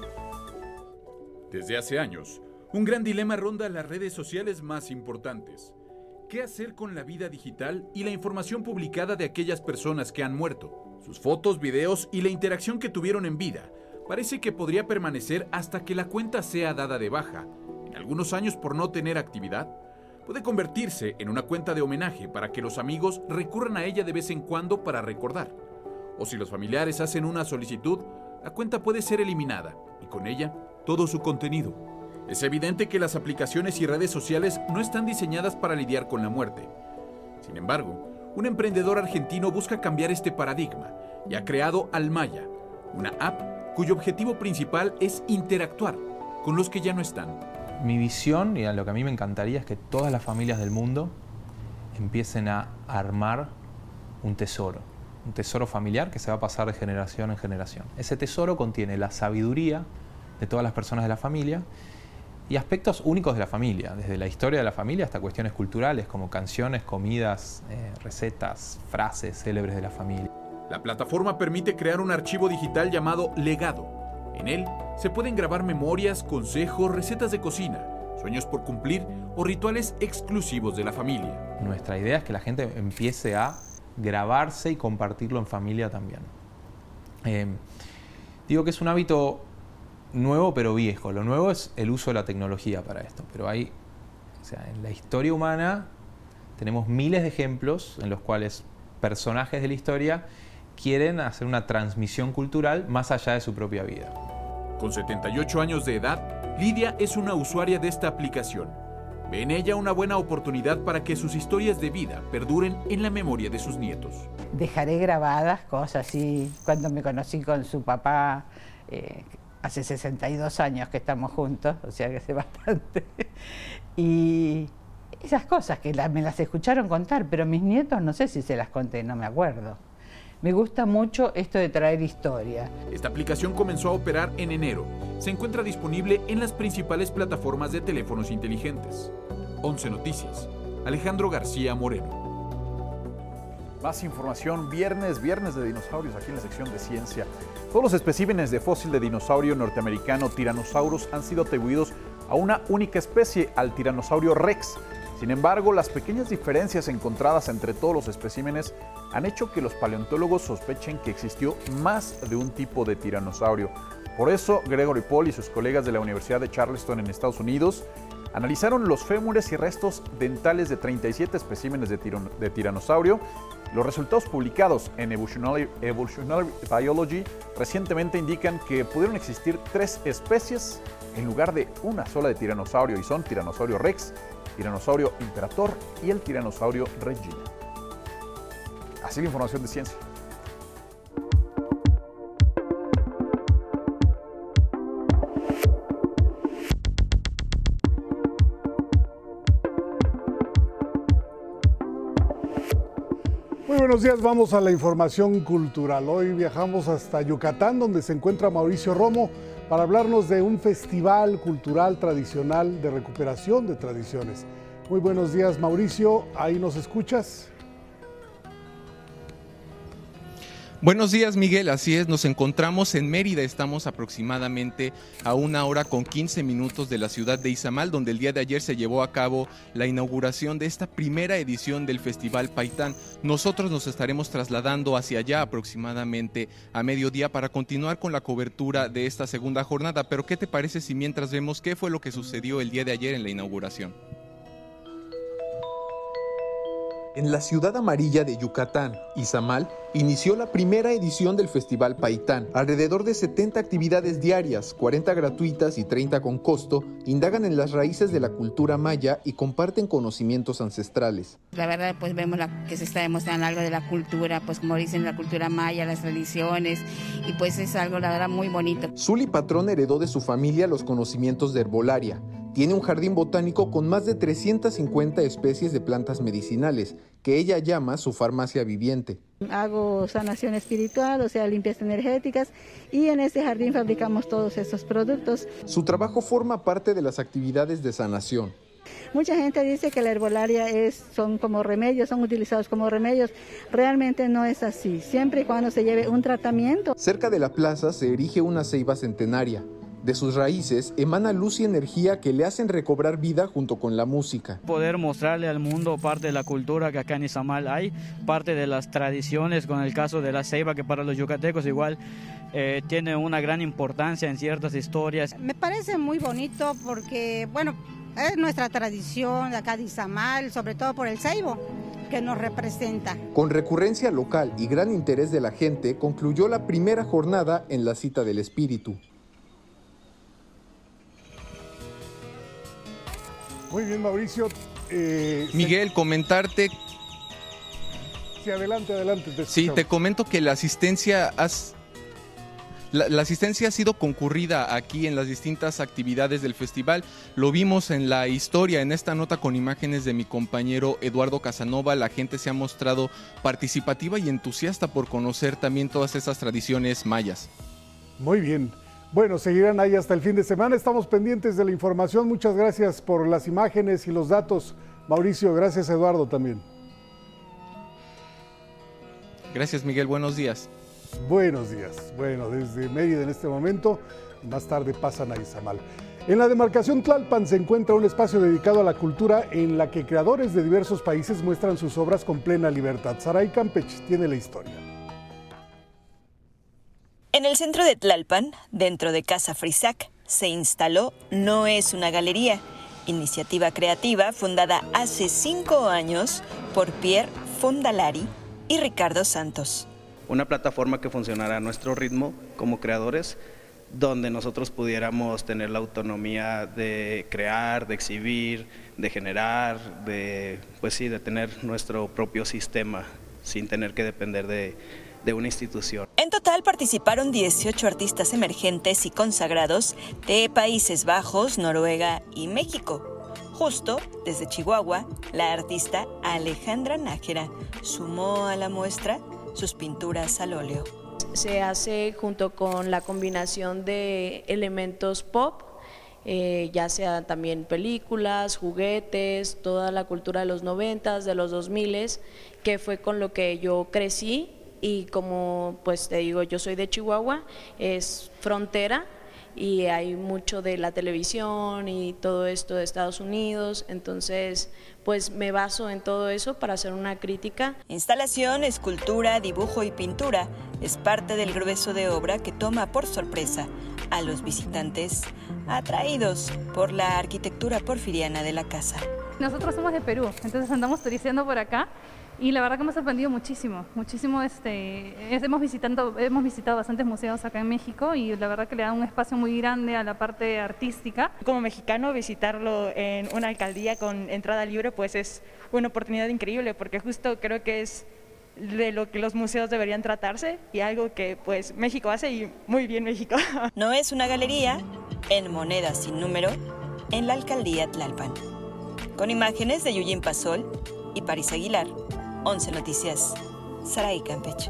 Desde hace años, un gran dilema ronda las redes sociales más importantes. ¿Qué hacer con la vida digital y la información publicada de aquellas personas que han muerto? Sus fotos, videos y la interacción que tuvieron en vida parece que podría permanecer hasta que la cuenta sea dada de baja. En algunos años, por no tener actividad, puede convertirse en una cuenta de homenaje para que los amigos recurran a ella de vez en cuando para recordar. O si los familiares hacen una solicitud, la cuenta puede ser eliminada y con ella todo su contenido. Es evidente que las aplicaciones y redes sociales no están diseñadas para lidiar con la muerte. Sin embargo, un emprendedor argentino busca cambiar este paradigma y ha creado Almaya, una app cuyo objetivo principal es interactuar con los que ya no están. Mi visión y a lo que a mí me encantaría es que todas las familias del mundo empiecen a armar un tesoro, un tesoro familiar que se va a pasar de generación en generación. Ese tesoro contiene la sabiduría de todas las personas de la familia y aspectos únicos de la familia, desde la historia de la familia hasta cuestiones culturales como canciones, comidas, eh, recetas, frases célebres de la familia. La plataforma permite crear un archivo digital llamado Legado. En él se pueden grabar memorias, consejos, recetas de cocina, sueños por cumplir o rituales exclusivos de la familia. Nuestra idea es que la gente empiece a grabarse y compartirlo en familia también. Eh, digo que es un hábito nuevo pero viejo. Lo nuevo es el uso de la tecnología para esto. Pero hay, o sea, en la historia humana tenemos miles de ejemplos en los cuales personajes de la historia quieren hacer una transmisión cultural más allá de su propia vida. Con setenta y ocho años de edad, Lidia es una usuaria de esta aplicación. Ve en ella una buena oportunidad para que sus historias de vida perduren en la memoria de sus nietos. Dejaré grabadas cosas así, cuando me conocí con su papá, eh, hace sesenta y dos años que estamos juntos, o sea que hace bastante. Y esas cosas que la, me las escucharon contar, pero mis nietos no sé si se las conté, no me acuerdo. Me gusta mucho esto de traer historia. Esta aplicación comenzó a operar en enero. Se encuentra disponible en las principales plataformas de teléfonos inteligentes. once Noticias, Alejandro García Moreno. Más información, viernes, viernes de dinosaurios aquí en la sección de ciencia. Todos los especímenes de fósil de dinosaurio norteamericano Tyrannosaurus han sido atribuidos a una única especie, al Tiranosaurio Rex. Sin embargo, las pequeñas diferencias encontradas entre todos los especímenes han hecho que los paleontólogos sospechen que existió más de un tipo de tiranosaurio. Por eso, Gregory Paul y sus colegas de la Universidad de Charleston en Estados Unidos analizaron los fémures y restos dentales de treinta y siete especímenes de, tiran de tiranosaurio. Los resultados publicados en Evolutionary, Evolutionary Biology recientemente indican que pudieron existir tres especies en lugar de una sola de tiranosaurio, y son Tiranosaurio Rex, Tiranosaurio Imperator y el Tiranosaurio Regina. Así la información de ciencia. Muy buenos días, vamos a la información cultural. Hoy viajamos hasta Yucatán, donde se encuentra Mauricio Romo, para hablarnos de un festival cultural tradicional de recuperación de tradiciones. Muy buenos días, Mauricio, ¿ahí nos escuchas? Buenos días, Miguel. Así es, nos encontramos en Mérida. Estamos aproximadamente a una hora con quince minutos de la ciudad de Izamal, donde el día de ayer se llevó a cabo la inauguración de esta primera edición del Festival Paitán. Nosotros nos estaremos trasladando hacia allá aproximadamente a mediodía para continuar con la cobertura de esta segunda jornada. Pero ¿qué te parece si mientras vemos qué fue lo que sucedió el día de ayer en la inauguración? En la ciudad amarilla de Yucatán, Izamal, inició la primera edición del Festival Paitán. Alrededor de setenta actividades diarias, cuarenta gratuitas y treinta con costo, indagan en las raíces de la cultura maya y comparten conocimientos ancestrales. La verdad, pues vemos la, que se está demostrando algo de la cultura, pues como dicen, la cultura maya, las tradiciones, y pues es algo, la verdad, muy bonito. Zuli Patrón heredó de su familia los conocimientos de herbolaria. Tiene un jardín botánico con más de trescientas cincuenta especies de plantas medicinales, que ella llama su farmacia viviente. Hago sanación espiritual, o sea, limpias energéticas, y en este jardín fabricamos todos estos productos. Su trabajo forma parte de las actividades de sanación. Mucha gente dice que la herbolaria es, son como remedios, son utilizados como remedios. Realmente no es así, siempre y cuando se lleve un tratamiento. Cerca de la plaza se erige una ceiba centenaria. De sus raíces emana luz y energía que le hacen recobrar vida junto con la música. Poder mostrarle al mundo parte de la cultura que acá en Izamal hay, parte de las tradiciones, con el caso de la ceiba, que para los yucatecos igual eh, tiene una gran importancia en ciertas historias. Me parece muy bonito porque, bueno, es nuestra tradición de acá de Izamal, sobre todo por el ceibo que nos representa. Con recurrencia local y gran interés de la gente, concluyó la primera jornada en la Cita del Espíritu. Muy bien, Mauricio. Eh, Miguel, se... comentarte... Sí, adelante, adelante. Te sí, te comento que la asistencia, has... la, la asistencia ha sido concurrida aquí en las distintas actividades del festival. Lo vimos en la historia, en esta nota con imágenes de mi compañero Eduardo Casanova. La gente se ha mostrado participativa y entusiasta por conocer también todas esas tradiciones mayas. Muy bien. Bueno, seguirán ahí hasta el fin de semana. Estamos pendientes de la información. Muchas gracias por las imágenes y los datos, Mauricio. Gracias, Eduardo, también. Gracias, Miguel. Buenos días. Buenos días. Bueno, desde Mérida en este momento, más tarde pasan a Izamal. En la demarcación Tlalpan se encuentra un espacio dedicado a la cultura en la que creadores de diversos países muestran sus obras con plena libertad. Saray Campech tiene la historia. En el centro de Tlalpan, dentro de Casa Frisac, se instaló No es una galería, iniciativa creativa fundada hace cinco años por Pierre Fondalari y Ricardo Santos. Una plataforma que funcionará a nuestro ritmo como creadores, donde nosotros pudiéramos tener la autonomía de crear, de exhibir, de generar, de, pues sí, de tener nuestro propio sistema sin tener que depender de de una institución. En total participaron dieciocho artistas emergentes y consagrados de Países Bajos, Noruega y México. Justo desde Chihuahua, la artista Alejandra Nájera sumó a la muestra sus pinturas al óleo. Se hace junto con la combinación de elementos pop, eh, ya sea también películas, juguetes, toda la cultura de los noventas, de los dos miles, que fue con lo que yo crecí. Y como pues te digo, yo soy de Chihuahua, es frontera y hay mucho de la televisión y todo esto de Estados Unidos, entonces pues me baso en todo eso para hacer una crítica. Instalación, escultura, dibujo y pintura es parte del grueso de obra que toma por sorpresa a los visitantes atraídos por la arquitectura porfiriana de la casa. Nosotros somos de Perú, entonces andamos turisteando por acá. Y la verdad que me ha sorprendido muchísimo, muchísimo, este, hemos, visitando, hemos visitado bastantes museos acá en México y la verdad que le da un espacio muy grande a la parte artística. Como mexicano, visitarlo en una alcaldía con entrada libre pues es una oportunidad increíble porque justo creo que es de lo que los museos deberían tratarse y algo que pues México hace y muy bien México. No es una galería, en moneda sin número, en la alcaldía Tlalpan. Con imágenes de Yuyin Pasol y París Aguilar. once Noticias, Saray Campech.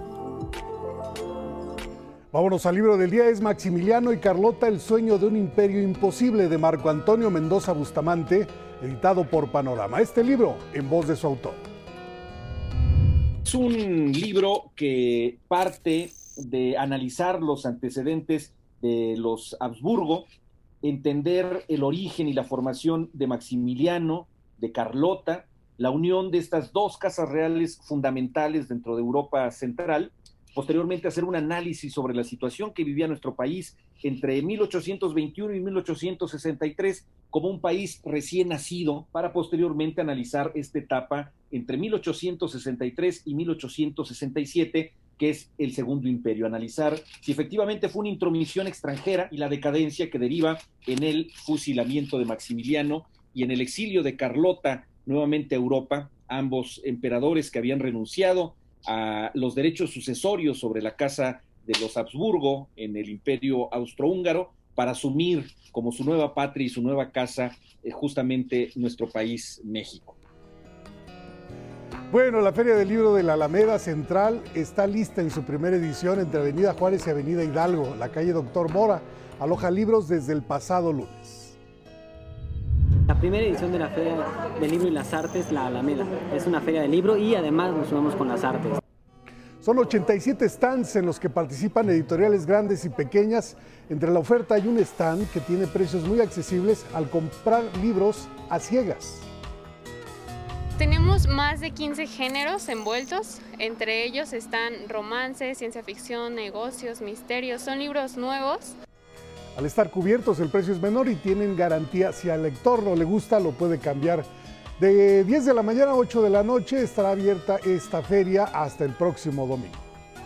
Vámonos al libro del día. Es Maximiliano y Carlota, el sueño de un imperio imposible, de Marco Antonio Mendoza Bustamante, editado por Panorama. Este libro en voz de su autor. Es un libro que parte de analizar los antecedentes de los Habsburgo, entender el origen y la formación de Maximiliano, de Carlota, la unión de estas dos casas reales fundamentales dentro de Europa Central, posteriormente hacer un análisis sobre la situación que vivía nuestro país entre mil ochocientos veintiuno y mil ochocientos sesenta y tres como un país recién nacido, para posteriormente analizar esta etapa entre mil ochocientos sesenta y tres y mil ochocientos sesenta y siete, que es el Segundo Imperio, analizar si efectivamente fue una intromisión extranjera y la decadencia que deriva en el fusilamiento de Maximiliano y en el exilio de Carlota nuevamente a Europa, ambos emperadores que habían renunciado a los derechos sucesorios sobre la casa de los Habsburgo en el Imperio Austrohúngaro para asumir como su nueva patria y su nueva casa eh, justamente nuestro país, México. Bueno, la Feria del Libro de la Alameda Central está lista en su primera edición entre Avenida Juárez y Avenida Hidalgo. La calle Doctor Mora aloja libros desde el pasado lunes. La primera edición de la Feria del Libro y las Artes, la Alameda. Es una feria de libro y además nos sumamos con las artes. Son ochenta y siete stands en los que participan editoriales grandes y pequeñas. Entre la oferta hay un stand que tiene precios muy accesibles al comprar libros a ciegas. Tenemos más de quince géneros envueltos, entre ellos están romances, ciencia ficción, negocios, misterios, son libros nuevos. Al estar cubiertos el precio es menor y tienen garantía. Si al lector no le gusta, lo puede cambiar. De diez de la mañana a ocho de la noche estará abierta esta feria hasta el próximo domingo.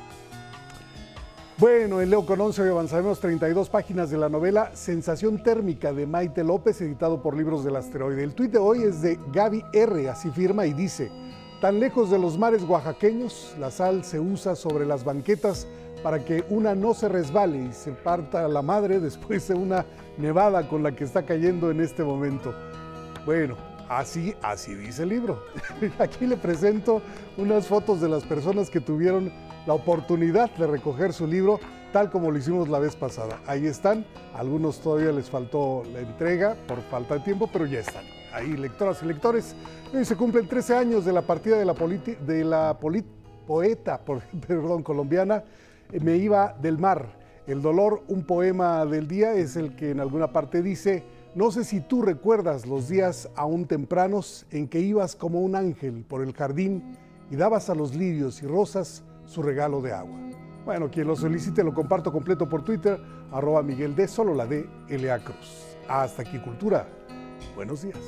Bueno, en Leo con once hoy avanzaremos treinta y dos páginas de la novela Sensación Térmica de Maite López, editado por Libros del Asteroide. El tuit de hoy es de Gaby R, así firma y dice: tan lejos de los mares oaxaqueños, la sal se usa sobre las banquetas para que una no se resbale y se parta la madre después de una nevada con la que está cayendo en este momento. Bueno, así, así dice el libro. Aquí le presento unas fotos de las personas que tuvieron la oportunidad de recoger su libro, tal como lo hicimos la vez pasada. Ahí están, algunos todavía les faltó la entrega por falta de tiempo, pero ya están. Ahí, lectoras y lectores, hoy se cumplen trece años de la partida de la, de la poeta por, perdón, colombiana Me Iba del Mar. El dolor, un poema del día, es el que en alguna parte dice: no sé si tú recuerdas los días aún tempranos en que ibas como un ángel por el jardín y dabas a los lirios y rosas su regalo de agua. Bueno, quien lo solicite lo comparto completo por Twitter, arroba Miguel D, solo la D, L A Cruz. Hasta aquí Cultura. Buenos días.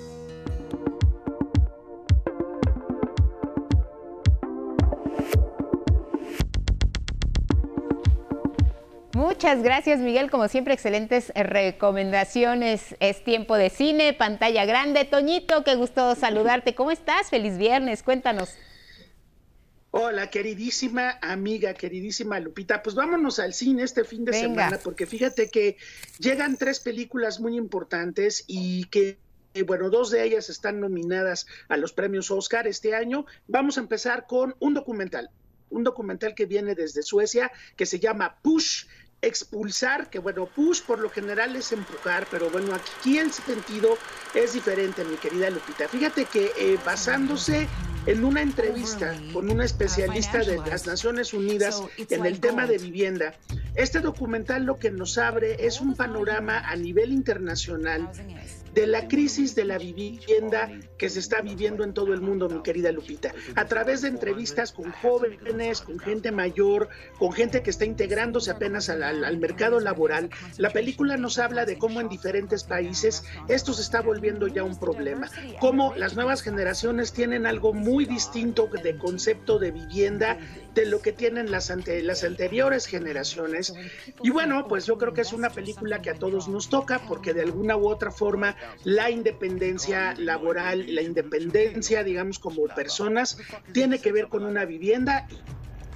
Muchas gracias, Miguel. Como siempre, excelentes recomendaciones. Es tiempo de cine, pantalla grande. Toñito, qué gusto saludarte. ¿Cómo estás? Feliz viernes. Cuéntanos. Hola, queridísima amiga, queridísima Lupita. Pues vámonos al cine este fin de Venga. semana, porque fíjate que llegan tres películas muy importantes y que, bueno, dos de ellas están nominadas a los premios Oscar este año. Vamos a empezar con un documental. Un documental que viene desde Suecia, que se llama Push, expulsar, que bueno, push por lo general es empujar, pero bueno, aquí el sentido es diferente, mi querida Lupita. Fíjate que eh, basándose en una entrevista con una especialista de las Naciones Unidas en el tema de vivienda, este documental lo que nos abre es un panorama a nivel internacional de la crisis de la vivienda que se está viviendo en todo el mundo, mi querida Lupita, a través de entrevistas con jóvenes, con gente mayor, con gente que está integrándose apenas al, al, al mercado laboral. La película nos habla de cómo en diferentes países esto se está volviendo ya un problema, cómo las nuevas generaciones tienen algo muy distinto de concepto de vivienda de lo que tienen las, ante, las anteriores generaciones. Y bueno, pues yo creo que es una película que a todos nos toca, porque de alguna u otra forma la independencia laboral, la independencia, digamos, como personas, tiene que ver con una vivienda.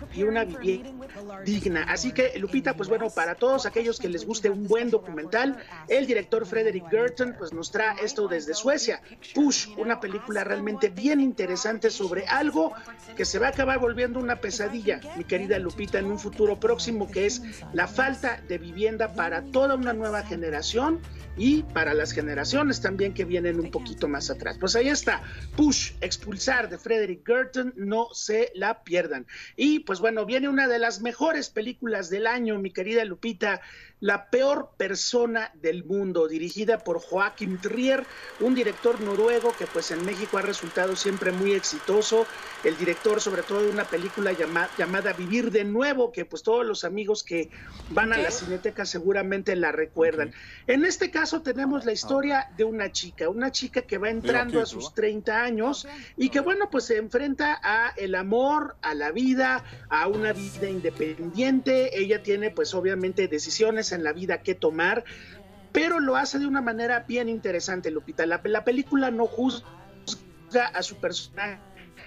y una vivienda digna. Así que, Lupita, pues bueno, para todos aquellos que les guste un buen documental, el director Fredrik Gertten pues nos trae esto desde Suecia, Push, una película realmente bien interesante sobre algo que se va a acabar volviendo una pesadilla, mi querida Lupita, en un futuro próximo, que es la falta de vivienda para toda una nueva generación y para las generaciones también que vienen un poquito más atrás. Pues ahí está, Push, Expulsar, de Fredrik Gertten, no se la pierdan. Y pues bueno, viene una de las mejores películas del año, mi querida Lupita, La peor persona del mundo, dirigida por Joachim Trier, un director noruego que pues en México ha resultado siempre muy exitoso, el director sobre todo de una película llama, llamada Vivir de Nuevo, que pues todos los amigos que van a la Cineteca seguramente la recuerdan. Okay. En este caso tenemos la historia de una chica, una chica que va entrando a sus treinta años y que bueno, pues se enfrenta a el amor, a la vida, a una vida independiente. Ella tiene pues obviamente decisiones en la vida que tomar, pero lo hace de una manera bien interesante, Lupita. La, la película no juzga a su personaje,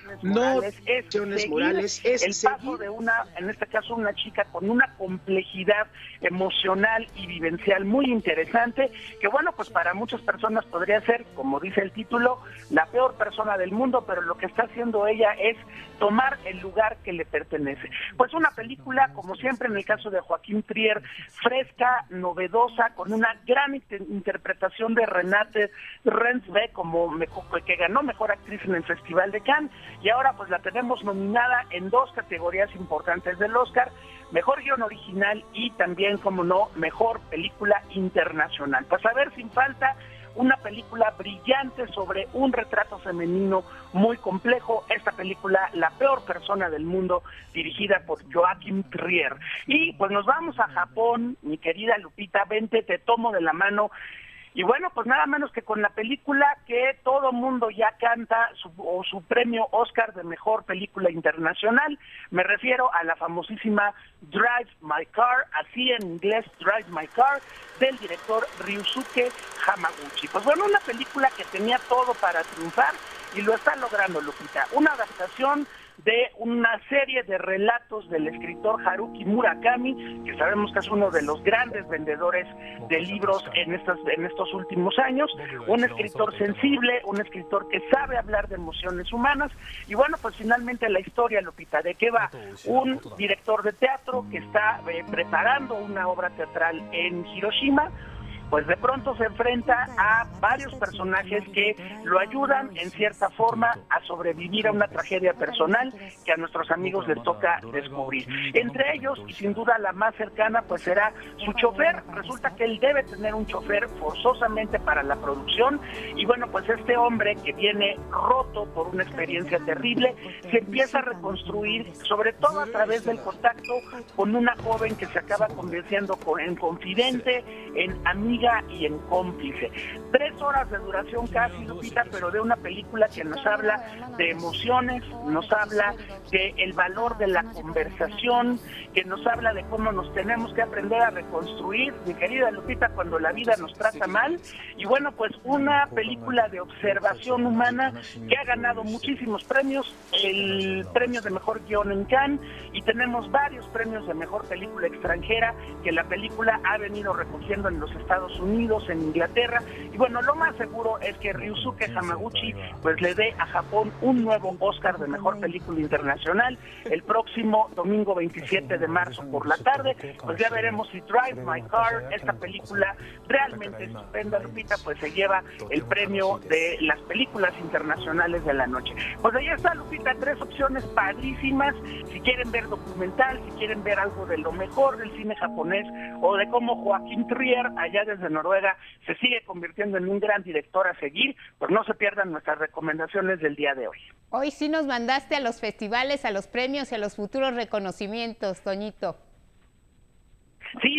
no acciones morales, es el paso de una, en este caso una chica con una complejidad emocional y vivencial muy interesante, que bueno, pues para muchas personas podría ser, como dice el título, la peor persona del mundo, pero lo que está haciendo ella es tomar el lugar que le pertenece. Pues una película, como siempre en el caso de Joachim Trier, fresca, novedosa, con una gran inter interpretación de Renate Reinsve, como mejor, que ganó Mejor Actriz en el Festival de Cannes, y ahora pues la tenemos nominada en dos categorías importantes del Oscar, Mejor Guión Original y también, como no, Mejor Película Internacional. Pues a ver, sin falta, una película brillante sobre un retrato femenino muy complejo, esta película La peor persona del mundo, dirigida por Joachim Trier. Y pues nos vamos a Japón, mi querida Lupita, vente, te tomo de la mano. Y bueno, pues nada menos que con la película que todo mundo ya canta, su, o su premio Oscar de Mejor Película Internacional. Me refiero a la famosísima Drive My Car, así en inglés Drive My Car, del director Ryusuke Hamaguchi. Pues bueno, una película que tenía todo para triunfar y lo está logrando, Lupita. Una adaptación de una serie de relatos del escritor Haruki Murakami, que sabemos que es uno de los grandes vendedores de libros en estos, en estos últimos años, un escritor sensible, un escritor que sabe hablar de emociones humanas, y bueno, pues finalmente la historia, Lupita, ¿de qué va? Un director de teatro que está eh, preparando una obra teatral en Hiroshima, pues de pronto se enfrenta a varios personajes que lo ayudan en cierta forma a sobrevivir a una tragedia personal que a nuestros amigos les toca descubrir. Entre ellos, y sin duda la más cercana, pues será su chofer. Resulta que él debe tener un chofer forzosamente para la producción, y bueno, pues este hombre que viene roto por una experiencia terrible, se empieza a reconstruir, sobre todo a través del contacto con una joven que se acaba convirtiendo en confidente, en amiga y en cómplice. Tres horas de duración casi, Lupita, pero de una película que nos habla de emociones, nos habla de el valor de la conversación, que nos habla de cómo nos tenemos que aprender a reconstruir, mi querida Lupita, cuando la vida nos trata mal. Y bueno, pues una película de observación humana que ha ganado muchísimos premios, el premio de Mejor Guión en Cannes, y tenemos varios premios de Mejor Película Extranjera que la película ha venido recogiendo en los Estados Unidos, en Inglaterra, y bueno, lo más seguro es que Ryusuke Hamaguchi pues le dé a Japón un nuevo Oscar de Mejor Película Internacional el próximo domingo veintisiete de marzo por la tarde. Pues ya veremos si Drive My Car, esta película realmente estupenda, Lupita, pues se lleva el premio de las películas internacionales de la noche. Pues ahí está, Lupita, tres opciones padrísimas, si quieren ver documental, si quieren ver algo de lo mejor del cine japonés, o de cómo Joachim Trier, allá desde Noruega, se sigue convirtiendo en un gran director a seguir, pues no se pierdan nuestras recomendaciones del día de hoy. Hoy sí nos mandaste a los festivales, a los premios y a los futuros reconocimientos, Toñito. Sí, Lupita, pues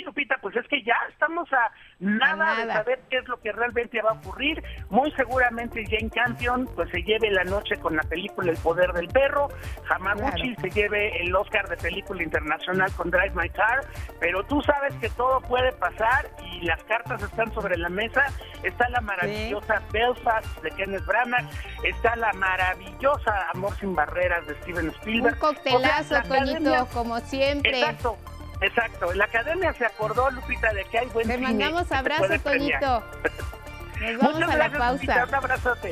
pues es que ya estamos a nada, nada de saber qué es lo que realmente va a ocurrir. Muy seguramente Jane Campion pues se lleve la noche con la película El poder del perro, Hamaguchi claro. se lleve el Oscar de película internacional con Drive My Car, pero tú sabes que todo puede pasar y las cartas están sobre la mesa. Está la maravillosa sí. Belfast de Kenneth Branagh, está la maravillosa Amor sin barreras de Steven Spielberg. Un coctelazo, o sea, Toñito, academia, como siempre. Exacto. Exacto, la academia se acordó, Lupita, de que hay buen Te cine. Te mandamos abrazo, Toñito. Nos vamos Muchas a gracias, la pausa. Lupita, un abrazote.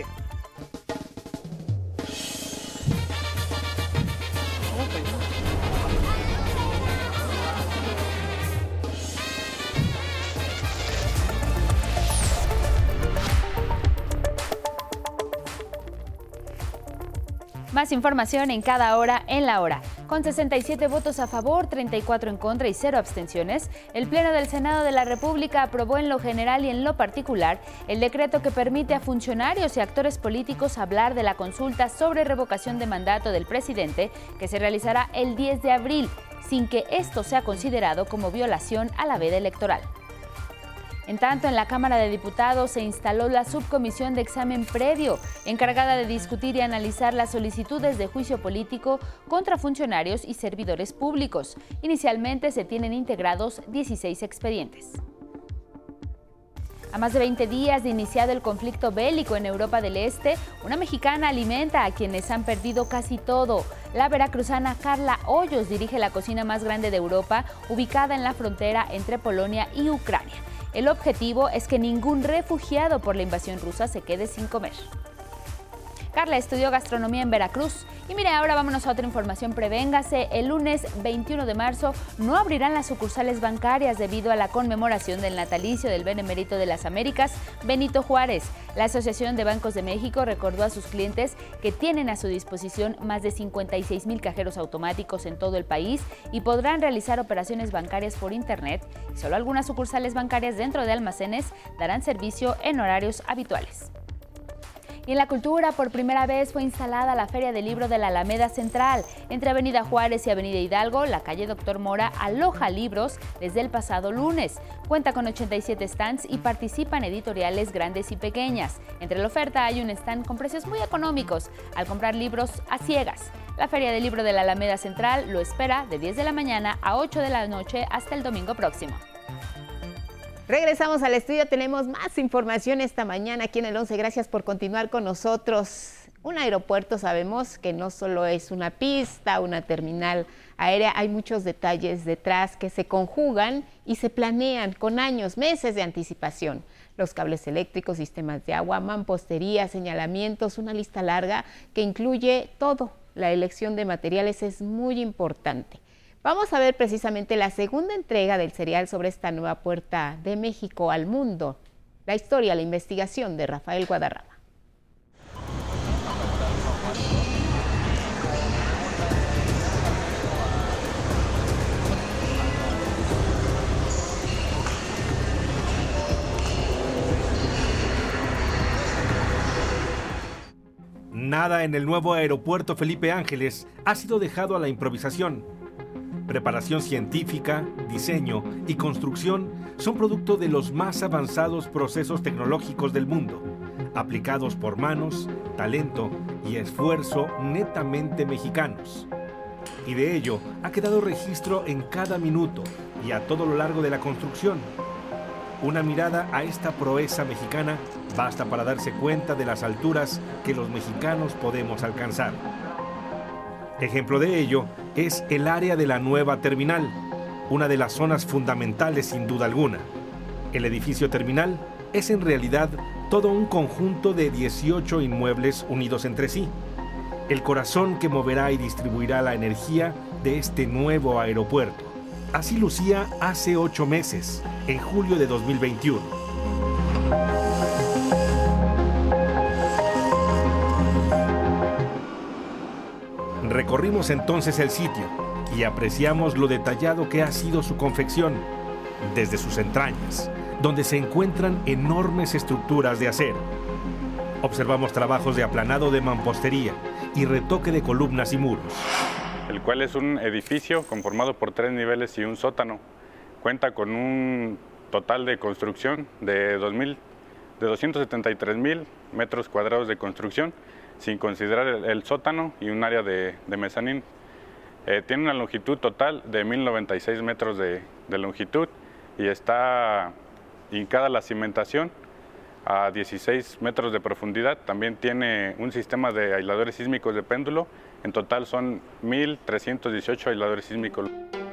Más información en Cada Hora en la Hora. Con sesenta y siete votos a favor, treinta y cuatro en contra y cero abstenciones, el Pleno del Senado de la República aprobó en lo general y en lo particular el decreto que permite a funcionarios y actores políticos hablar de la consulta sobre revocación de mandato del presidente que se realizará el diez de abril, sin que esto sea considerado como violación a la veda electoral. En tanto, en la Cámara de Diputados se instaló la subcomisión de examen previo, encargada de discutir y analizar las solicitudes de juicio político contra funcionarios y servidores públicos. Inicialmente se tienen integrados dieciséis expedientes. A más de veinte días de iniciado el conflicto bélico en Europa del Este, una mexicana alimenta a quienes han perdido casi todo. La veracruzana Carla Hoyos dirige la cocina más grande de Europa, ubicada en la frontera entre Polonia y Ucrania. El objetivo es que ningún refugiado por la invasión rusa se quede sin comer. Carla estudió gastronomía en Veracruz. Y mire, ahora vámonos a otra información. Prevéngase, el lunes veintiuno de marzo no abrirán las sucursales bancarias debido a la conmemoración del natalicio del Benemérito de las Américas, Benito Juárez. La Asociación de Bancos de México recordó a sus clientes que tienen a su disposición más de cincuenta y seis mil cajeros automáticos en todo el país y podrán realizar operaciones bancarias por internet. Y solo algunas sucursales bancarias dentro de almacenes darán servicio en horarios habituales. Y en la cultura, por primera vez fue instalada la Feria del Libro de la Alameda Central. Entre Avenida Juárez y Avenida Hidalgo, la calle Doctor Mora aloja libros desde el pasado lunes. Cuenta con ochenta y siete stands y participan editoriales grandes y pequeñas. Entre la oferta hay un stand con precios muy económicos al comprar libros a ciegas. La Feria del Libro de la Alameda Central lo espera de diez de la mañana a ocho de la noche hasta el domingo próximo. Regresamos al estudio, tenemos más información esta mañana aquí en el once. Gracias por continuar con nosotros. Un aeropuerto sabemos que no solo es una pista, una terminal aérea, hay muchos detalles detrás que se conjugan y se planean con años, meses de anticipación. Los cables eléctricos, sistemas de agua, mampostería, señalamientos, una lista larga que incluye todo. La elección de materiales es muy importante. Vamos a ver precisamente la segunda entrega del serial sobre esta nueva puerta de México al mundo. La historia, la investigación de Rafael Guadarrama. Nada en el nuevo aeropuerto Felipe Ángeles ha sido dejado a la improvisación. Preparación científica, diseño y construcción son producto de los más avanzados procesos tecnológicos del mundo, aplicados por manos, talento y esfuerzo netamente mexicanos. Y de ello ha quedado registro en cada minuto y a todo lo largo de la construcción. Una mirada a esta proeza mexicana basta para darse cuenta de las alturas que los mexicanos podemos alcanzar. Ejemplo de ello es el área de la nueva terminal, una de las zonas fundamentales sin duda alguna. El edificio terminal es en realidad todo un conjunto de dieciocho inmuebles unidos entre sí, el corazón que moverá y distribuirá la energía de este nuevo aeropuerto. Así lucía hace ocho meses, en julio de dos mil veintiuno. Recorrimos entonces el sitio y apreciamos lo detallado que ha sido su confección, desde sus entrañas, donde se encuentran enormes estructuras de acero. Observamos trabajos de aplanado de mampostería y retoque de columnas y muros. El cual es un edificio conformado por tres niveles y un sótano. cuenta con un total de construcción de, dos mil, de doscientos setenta y tres mil metros cuadrados de construcción, sin considerar el, el sótano y un área de, de mezanín. Eh, tiene una longitud total de mil noventa y seis metros de, de longitud y está hincada la cimentación a dieciséis metros de profundidad. También tiene un sistema de aisladores sísmicos de péndulo. En total son mil trescientos dieciocho aisladores sísmicos.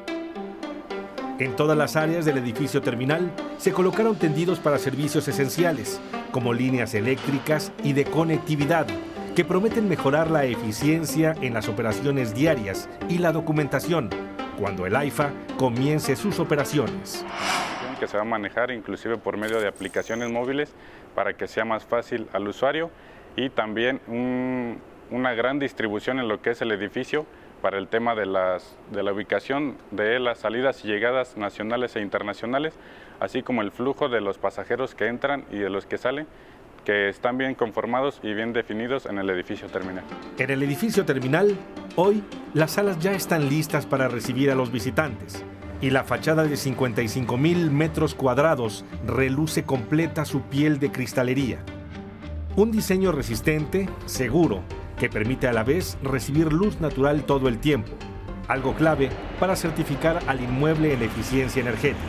En todas las áreas del edificio terminal se colocaron tendidos para servicios esenciales, como líneas eléctricas y de conectividad, que prometen mejorar la eficiencia en las operaciones diarias y la documentación, cuando el AIFA comience sus operaciones. Que se va a manejar inclusive por medio de aplicaciones móviles para que sea más fácil al usuario, y también un, una gran distribución en lo que es el edificio para el tema de, las, de la ubicación de las salidas y llegadas nacionales e internacionales, así como el flujo de los pasajeros que entran y de los que salen, que están bien conformados y bien definidos en el edificio terminal. En el edificio terminal, hoy, las salas ya están listas para recibir a los visitantes y la fachada de cincuenta y cinco mil metros cuadrados reluce completa su piel de cristalería. Un diseño resistente, seguro, que permite a la vez recibir luz natural todo el tiempo, algo clave para certificar al inmueble en eficiencia energética.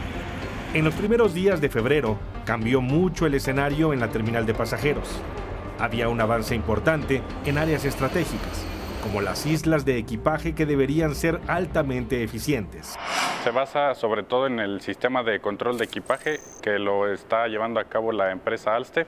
En los primeros días de febrero, cambió mucho el escenario en la terminal de pasajeros. Había un avance importante en áreas estratégicas, como las islas de equipaje que deberían ser altamente eficientes. Se basa sobre todo en el sistema de control de equipaje que lo está llevando a cabo la empresa Alsted.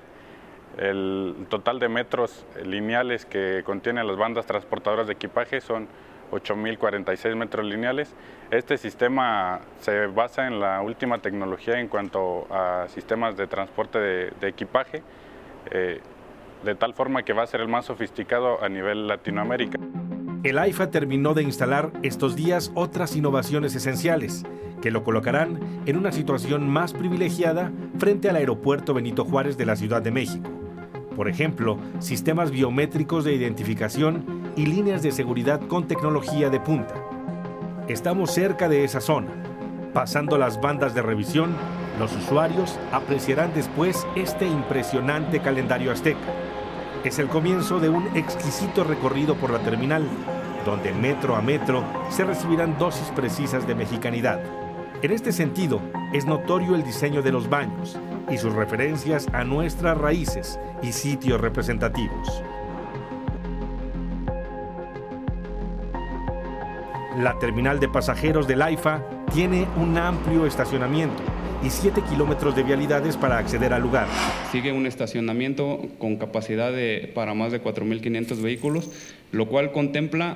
El total de metros lineales que contienen las bandas transportadoras de equipaje son ocho mil cuarenta y seis metros lineales. Este sistema se basa en la última tecnología en cuanto a sistemas de transporte de, de equipaje, eh, de tal forma que va a ser el más sofisticado a nivel Latinoamérica. El AIFA terminó de instalar estos días otras innovaciones esenciales que lo colocarán en una situación más privilegiada frente al aeropuerto Benito Juárez de la Ciudad de México. Por ejemplo, sistemas biométricos de identificación y líneas de seguridad con tecnología de punta. Estamos cerca de esa zona. Pasando las bandas de revisión, los usuarios apreciarán después este impresionante calendario azteca. Es el comienzo de un exquisito recorrido por la terminal, donde metro a metro se recibirán dosis precisas de mexicanidad. En este sentido, es notorio el diseño de los baños y sus referencias a nuestras raíces y sitios representativos. La terminal de pasajeros del AIFA tiene un amplio estacionamiento y siete kilómetros de vialidades para acceder al lugar. Sigue un estacionamiento con capacidad de, para más de cuatro mil quinientos vehículos, lo cual contempla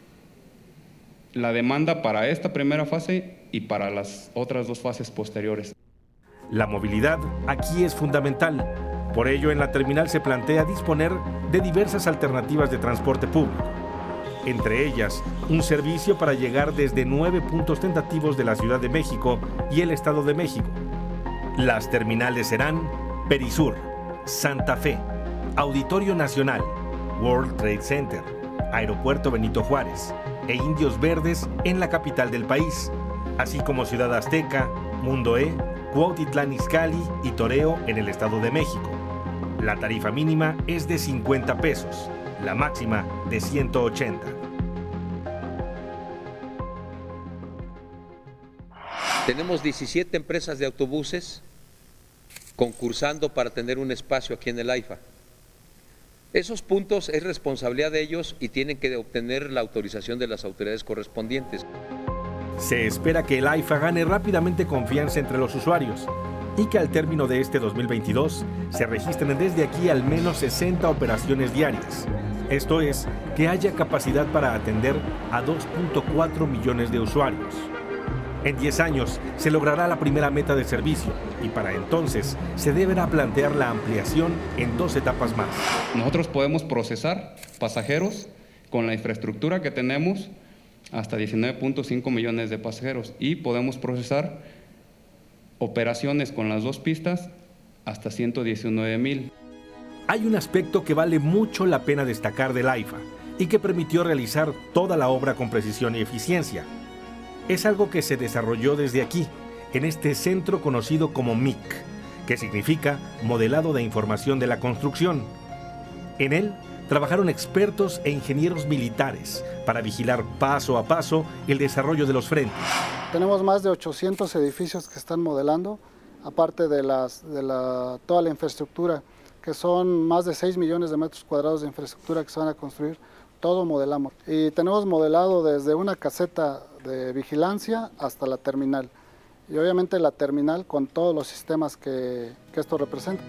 la demanda para esta primera fase y para las otras dos fases posteriores. La movilidad aquí es fundamental. Por ello, en la terminal se plantea disponer de diversas alternativas de transporte público. Entre ellas, un servicio para llegar desde nueve puntos tentativos de la Ciudad de México y el Estado de México. Las terminales serán Perisur, Santa Fe, Auditorio Nacional, World Trade Center, Aeropuerto Benito Juárez e Indios Verdes en la capital del país, así como Ciudad Azteca, Mundo E, Cuautitlán Izcalli y Toreo en el Estado de México. La tarifa mínima es de cincuenta pesos, la máxima de ciento ochenta. Tenemos diecisiete empresas de autobuses concursando para tener un espacio aquí en el AIFA. Esos puntos es responsabilidad de ellos y tienen que obtener la autorización de las autoridades correspondientes. Se espera que el AIFA gane rápidamente confianza entre los usuarios y que al término de este dos mil veintidós se registren desde aquí al menos sesenta operaciones diarias. Esto es, que haya capacidad para atender a dos punto cuatro millones de usuarios. En diez años se logrará la primera meta de servicio y para entonces se deberá plantear la ampliación en dos etapas más. Nosotros podemos procesar pasajeros con la infraestructura que tenemos hasta diecinueve punto cinco millones de pasajeros y podemos procesar operaciones con las dos pistas hasta ciento diecinueve mil. Hay un aspecto que vale mucho la pena destacar del AIFA y que permitió realizar toda la obra con precisión y eficiencia. es algo que se desarrolló desde aquí, en este centro conocido como M I C, que significa Modelado de Información de la Construcción. En él trabajaron expertos e ingenieros militares para vigilar paso a paso el desarrollo de los frentes. Tenemos más de ochocientos edificios que están modelando, aparte de, las, de la, toda la infraestructura, que son más de seis millones de metros cuadrados de infraestructura que se van a construir, todo modelamos. Y tenemos modelado desde una caseta de vigilancia hasta la terminal. Y obviamente la terminal con todos los sistemas que, que esto representa.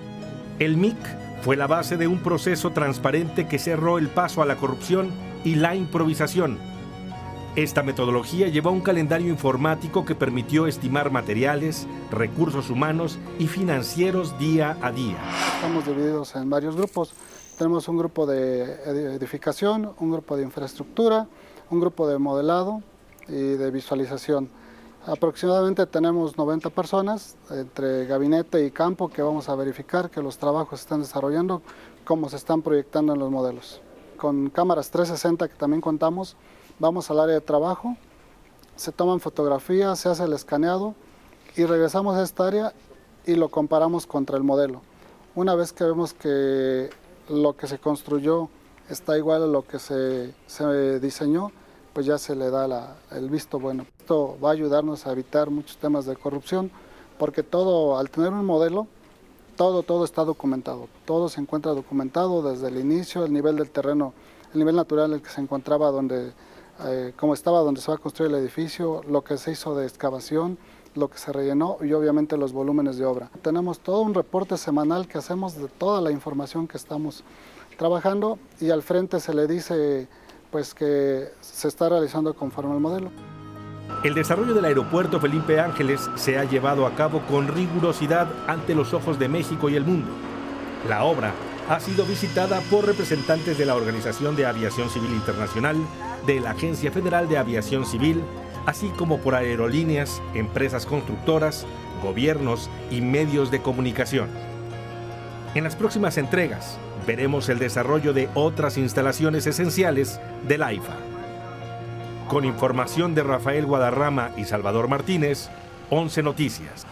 El M I C fue la base de un proceso transparente que cerró el paso a la corrupción y la improvisación. Esta metodología llevó a un calendario informático que permitió estimar materiales, recursos humanos y financieros día a día. Estamos divididos en varios grupos. Tenemos un grupo de edificación, un grupo de infraestructura, un grupo de modelado y de visualización. Aproximadamente tenemos noventa personas entre gabinete y campo que vamos a verificar que los trabajos se están desarrollando, cómo se están proyectando en los modelos. Con cámaras trescientos sesenta que también contamos, vamos al área de trabajo, se toman fotografías, se hace el escaneado y regresamos a esta área y lo comparamos contra el modelo. Una vez que vemos que lo que se construyó está igual a lo que se, se diseñó, pues ya se le da la, el visto bueno. Esto va a ayudarnos a evitar muchos temas de corrupción, porque todo, al tener un modelo, todo, todo está documentado. Todo se encuentra documentado desde el inicio, el nivel del terreno, el nivel natural en el que se encontraba, donde, eh, cómo estaba, donde se va a construir el edificio, lo que se hizo de excavación, lo que se rellenó y obviamente los volúmenes de obra. Tenemos todo un reporte semanal que hacemos de toda la información que estamos trabajando y al frente se le dice pues que se está realizando conforme al modelo. El desarrollo del aeropuerto Felipe Ángeles se ha llevado a cabo con rigurosidad ante los ojos de México y el mundo. La obra ha sido visitada por representantes de la Organización de Aviación Civil Internacional, de la Agencia Federal de Aviación Civil, así como por aerolíneas, empresas constructoras, gobiernos y medios de comunicación. En las próximas entregas veremos el desarrollo de otras instalaciones esenciales del AIFA. Con información de Rafael Guadarrama y Salvador Martínez, once Noticias.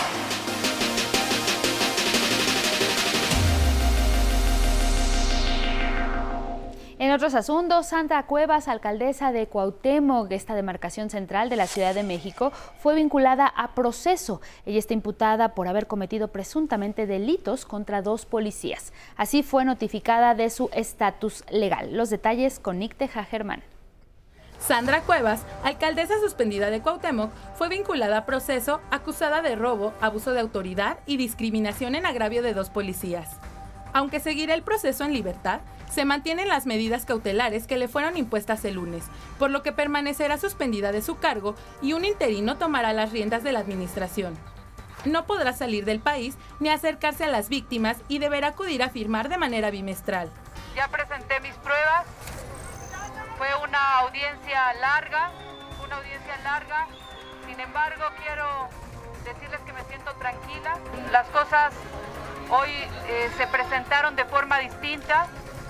En otros asuntos, Sandra Cuevas, alcaldesa de Cuauhtémoc, esta demarcación central de la Ciudad de México, fue vinculada a proceso. Ella está imputada por haber cometido presuntamente delitos contra dos policías. Así fue notificada de su estatus legal. Los detalles con Nick Teja Germán. Sandra Cuevas, alcaldesa suspendida de Cuauhtémoc, fue vinculada a proceso acusada de robo, abuso de autoridad y discriminación en agravio de dos policías. Aunque seguirá el proceso en libertad, se mantienen las medidas cautelares que le fueron impuestas el lunes, por lo que permanecerá suspendida de su cargo y un interino tomará las riendas de la administración. No podrá salir del país ni acercarse a las víctimas y deberá acudir a firmar de manera bimestral. Ya presenté mis pruebas, fue una audiencia larga, una audiencia larga, sin embargo quiero decirles que me siento tranquila. Las cosas hoy eh, se presentaron de forma distinta.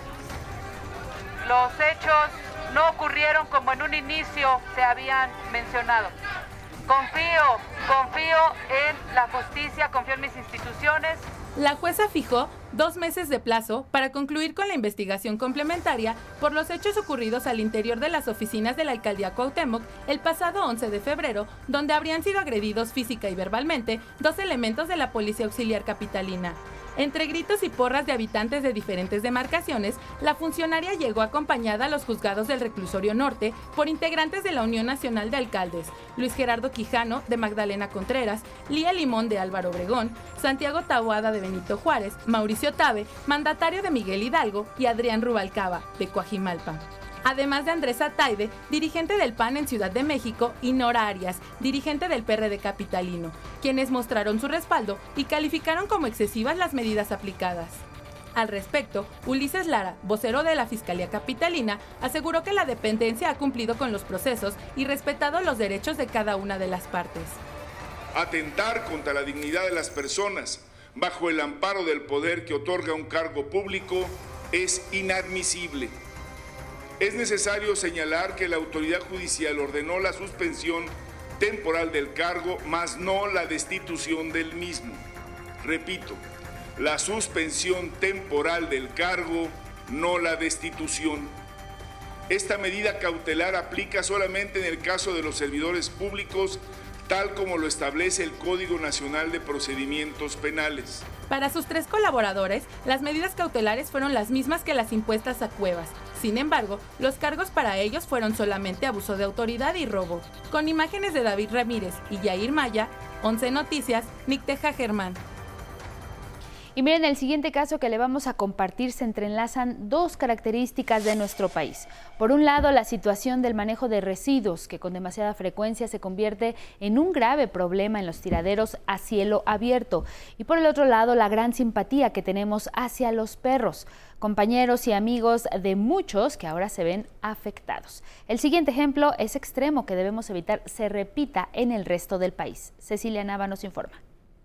Los hechos no ocurrieron como en un inicio se habían mencionado. Confío, confío en la justicia, confío en mis instituciones. La jueza fijó dos meses de plazo para concluir con la investigación complementaria por los hechos ocurridos al interior de las oficinas de la alcaldía Cuauhtémoc el pasado once de febrero, donde habrían sido agredidos física y verbalmente dos elementos de la Policía Auxiliar Capitalina. Entre gritos y porras de habitantes de diferentes demarcaciones, la funcionaria llegó acompañada a los juzgados del Reclusorio Norte por integrantes de la Unión Nacional de Alcaldes, Luis Gerardo Quijano, de Magdalena Contreras, Lía Limón, de Álvaro Obregón, Santiago Taboada, de Benito Juárez, Mauricio Tabe, mandatario de Miguel Hidalgo, y Adrián Rubalcaba, de Coajimalpa. Además de Andrés Ataide, dirigente del P A N en Ciudad de México, y Nora Arias, dirigente del P R D capitalino, quienes mostraron su respaldo y calificaron como excesivas las medidas aplicadas. Al respecto, Ulises Lara, vocero de la Fiscalía Capitalina, aseguró que la dependencia ha cumplido con los procesos y respetado los derechos de cada una de las partes. Atentar contra la dignidad de las personas bajo el amparo del poder que otorga un cargo público es inadmisible. Es necesario señalar que la autoridad judicial ordenó la suspensión temporal del cargo, mas no la destitución del mismo. Repito, la suspensión temporal del cargo, no la destitución. Esta medida cautelar aplica solamente en el caso de los servidores públicos, tal como lo establece el Código Nacional de Procedimientos Penales. Para sus tres colaboradores, las medidas cautelares fueron las mismas que las impuestas a Cuevas. Sin embargo, los cargos para ellos fueron solamente abuso de autoridad y robo. Con imágenes de David Ramírez y Yair Maya, once Noticias, Nicteja Germán. Y miren, el siguiente caso que le vamos a compartir se entrelazan dos características de nuestro país. Por un lado, la situación del manejo de residuos, que con demasiada frecuencia se convierte en un grave problema en los tiraderos a cielo abierto. Y por el otro lado, la gran simpatía que tenemos hacia los perros, compañeros y amigos de muchos que ahora se ven afectados. El siguiente ejemplo es extremo que debemos evitar se repita en el resto del país. Cecilia Nava nos informa.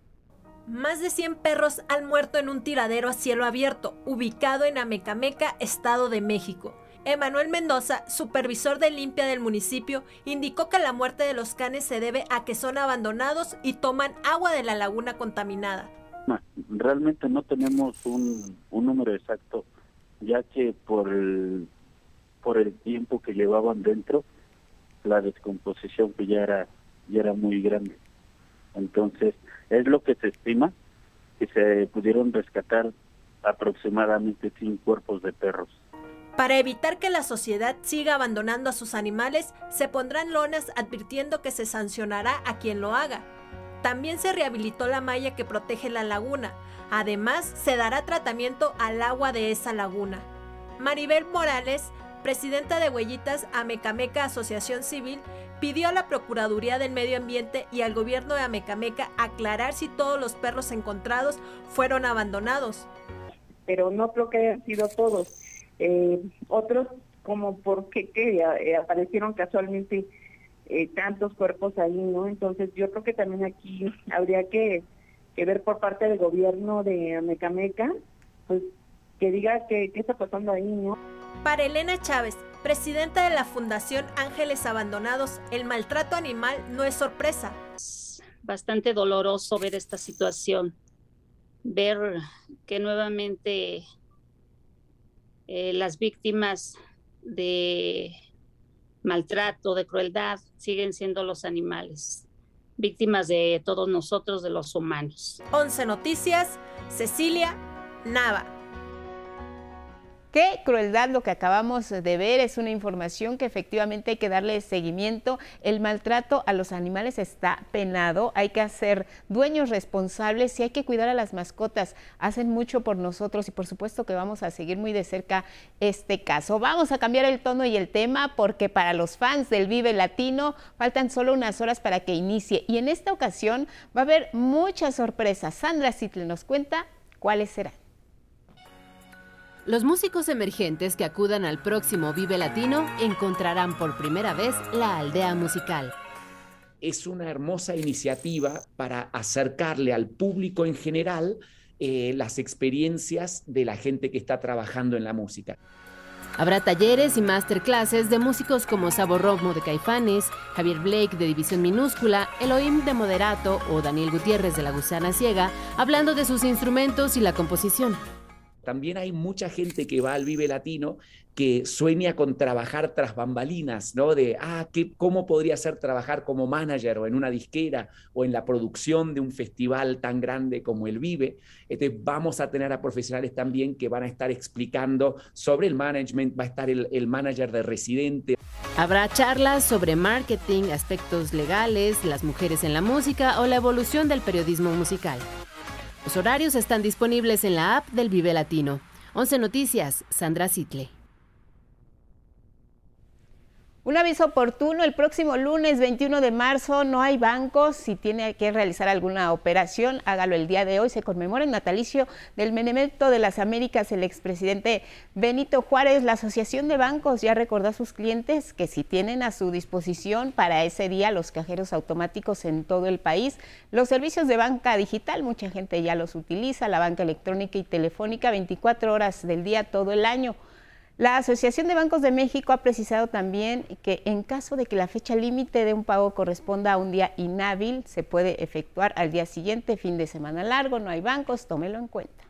Más de cien perros han muerto en un tiradero a cielo abierto, ubicado en Amecameca, Estado de México. Emanuel Mendoza, supervisor de limpia del municipio, indicó que la muerte de los canes se debe a que son abandonados y toman agua de la laguna contaminada. Realmente no tenemos un, un número exacto, ya que por el, por el tiempo que llevaban dentro, la descomposición que ya era, ya era muy grande. Entonces, es lo que se estima, que se pudieron rescatar aproximadamente cien cuerpos de perros. Para evitar que la sociedad siga abandonando a sus animales, se pondrán lonas advirtiendo que se sancionará a quien lo haga. También se rehabilitó la malla que protege la laguna. Además, se dará tratamiento al agua de esa laguna. Maribel Morales, presidenta de Huellitas Amecameca Asociación Civil, pidió a la Procuraduría del Medio Ambiente y al gobierno de Amecameca aclarar si todos los perros encontrados fueron abandonados. Pero no creo que hayan sido todos. Eh, otros, como porque que eh, aparecieron casualmente eh, tantos cuerpos ahí, ¿no? Entonces yo creo que también aquí habría que, que ver por parte del gobierno de Amecameca, pues que diga qué está pasando ahí, ¿no? Para Elena Chávez, presidenta de la Fundación Ángeles Abandonados, el maltrato animal no es sorpresa. Es bastante doloroso ver esta situación, ver que nuevamente eh, las víctimas de maltrato, de crueldad, siguen siendo los animales, víctimas de todos nosotros, de los humanos. once Noticias, Cecilia Nava. Qué crueldad lo que acabamos de ver, es una información que efectivamente hay que darle seguimiento. El maltrato a los animales está penado, hay que hacer dueños responsables y hay que cuidar a las mascotas. Hacen mucho por nosotros y por supuesto que vamos a seguir muy de cerca este caso. Vamos a cambiar el tono y el tema porque para los fans del Vive Latino faltan solo unas horas para que inicie y en esta ocasión va a haber muchas sorpresas. Sandra Sitle nos cuenta cuáles serán. Los músicos emergentes que acudan al próximo Vive Latino encontrarán por primera vez la aldea musical. Es una hermosa iniciativa para acercarle al público en general eh, las experiencias de la gente que está trabajando en la música. Habrá talleres y masterclasses de músicos como Sabo Romo de Caifanes, Javier Blake de División Minúscula, Elohim de Moderato o Daniel Gutiérrez de La Gusana Ciega, hablando de sus instrumentos y la composición. También hay mucha gente que va al Vive Latino que sueña con trabajar tras bambalinas, ¿no? De, ah, ¿qué, ¿cómo podría ser trabajar como manager o en una disquera o en la producción de un festival tan grande como el Vive? Entonces vamos a tener a profesionales también que van a estar explicando sobre el management, va a estar el, el manager de residente. Habrá charlas sobre marketing, aspectos legales, las mujeres en la música o la evolución del periodismo musical. Los horarios están disponibles en la app del Vive Latino. once Noticias, Sandra Sitle. Un aviso oportuno, el próximo lunes veintiuno de marzo no hay bancos. Si tiene que realizar alguna operación, hágalo el día de hoy. Se conmemora el natalicio del Benemérito de las Américas, el expresidente Benito Juárez. La Asociación de Bancos ya recordó a sus clientes que si tienen a su disposición para ese día los cajeros automáticos en todo el país, los servicios de banca digital, mucha gente ya los utiliza, la banca electrónica y telefónica veinticuatro horas del día todo el año. La Asociación de Bancos de México ha precisado también que en caso de que la fecha límite de un pago corresponda a un día inhábil, se puede efectuar al día siguiente, fin de semana largo, no hay bancos, tómelo en cuenta.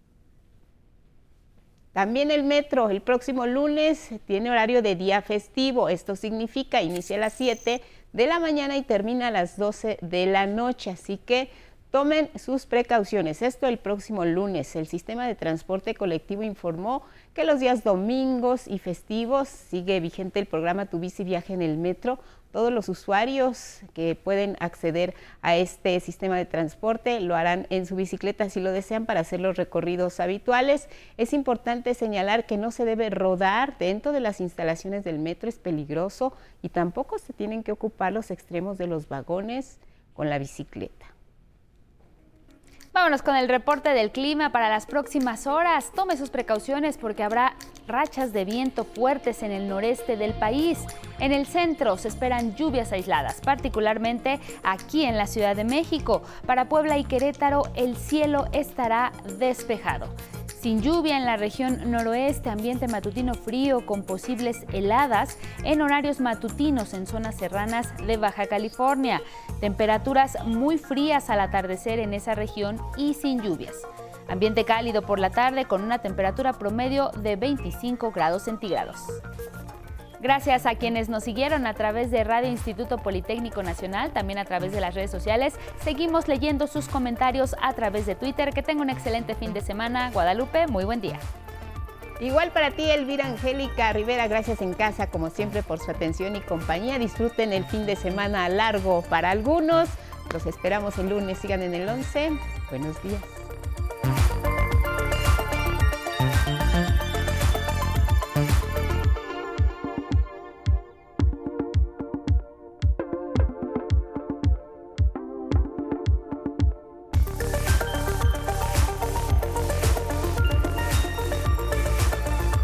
También el metro, el próximo lunes, tiene horario de día festivo. Esto significa inicia a las siete de la mañana y termina a las doce de la noche, así que tomen sus precauciones. Esto el próximo lunes. El sistema de transporte colectivo informó que los días domingos y festivos sigue vigente el programa Tu Bici Viaje en el Metro. Todos los usuarios que pueden acceder a este sistema de transporte lo harán en su bicicleta si lo desean para hacer los recorridos habituales. Es importante señalar que no se debe rodar dentro de las instalaciones del metro, es peligroso, y tampoco se tienen que ocupar los extremos de los vagones con la bicicleta. Vámonos con el reporte del clima para las próximas horas. Tome sus precauciones porque habrá rachas de viento fuertes en el noreste del país. En el centro se esperan lluvias aisladas, particularmente aquí en la Ciudad de México. Para Puebla y Querétaro el cielo estará despejado. Sin lluvia en la región noroeste, ambiente matutino frío con posibles heladas en horarios matutinos en zonas serranas de Baja California. Temperaturas muy frías al atardecer en esa región y sin lluvias. Ambiente cálido por la tarde con una temperatura promedio de veinticinco grados centígrados. Gracias a quienes nos siguieron a través de Radio Instituto Politécnico Nacional, también a través de las redes sociales. Seguimos leyendo sus comentarios a través de Twitter. Que tenga un excelente fin de semana. Guadalupe, muy buen día. Igual para ti, Elvira Angélica Rivera, gracias en casa, como siempre, por su atención y compañía. Disfruten el fin de semana largo para algunos. Los esperamos el lunes. Sigan en el once. Buenos días.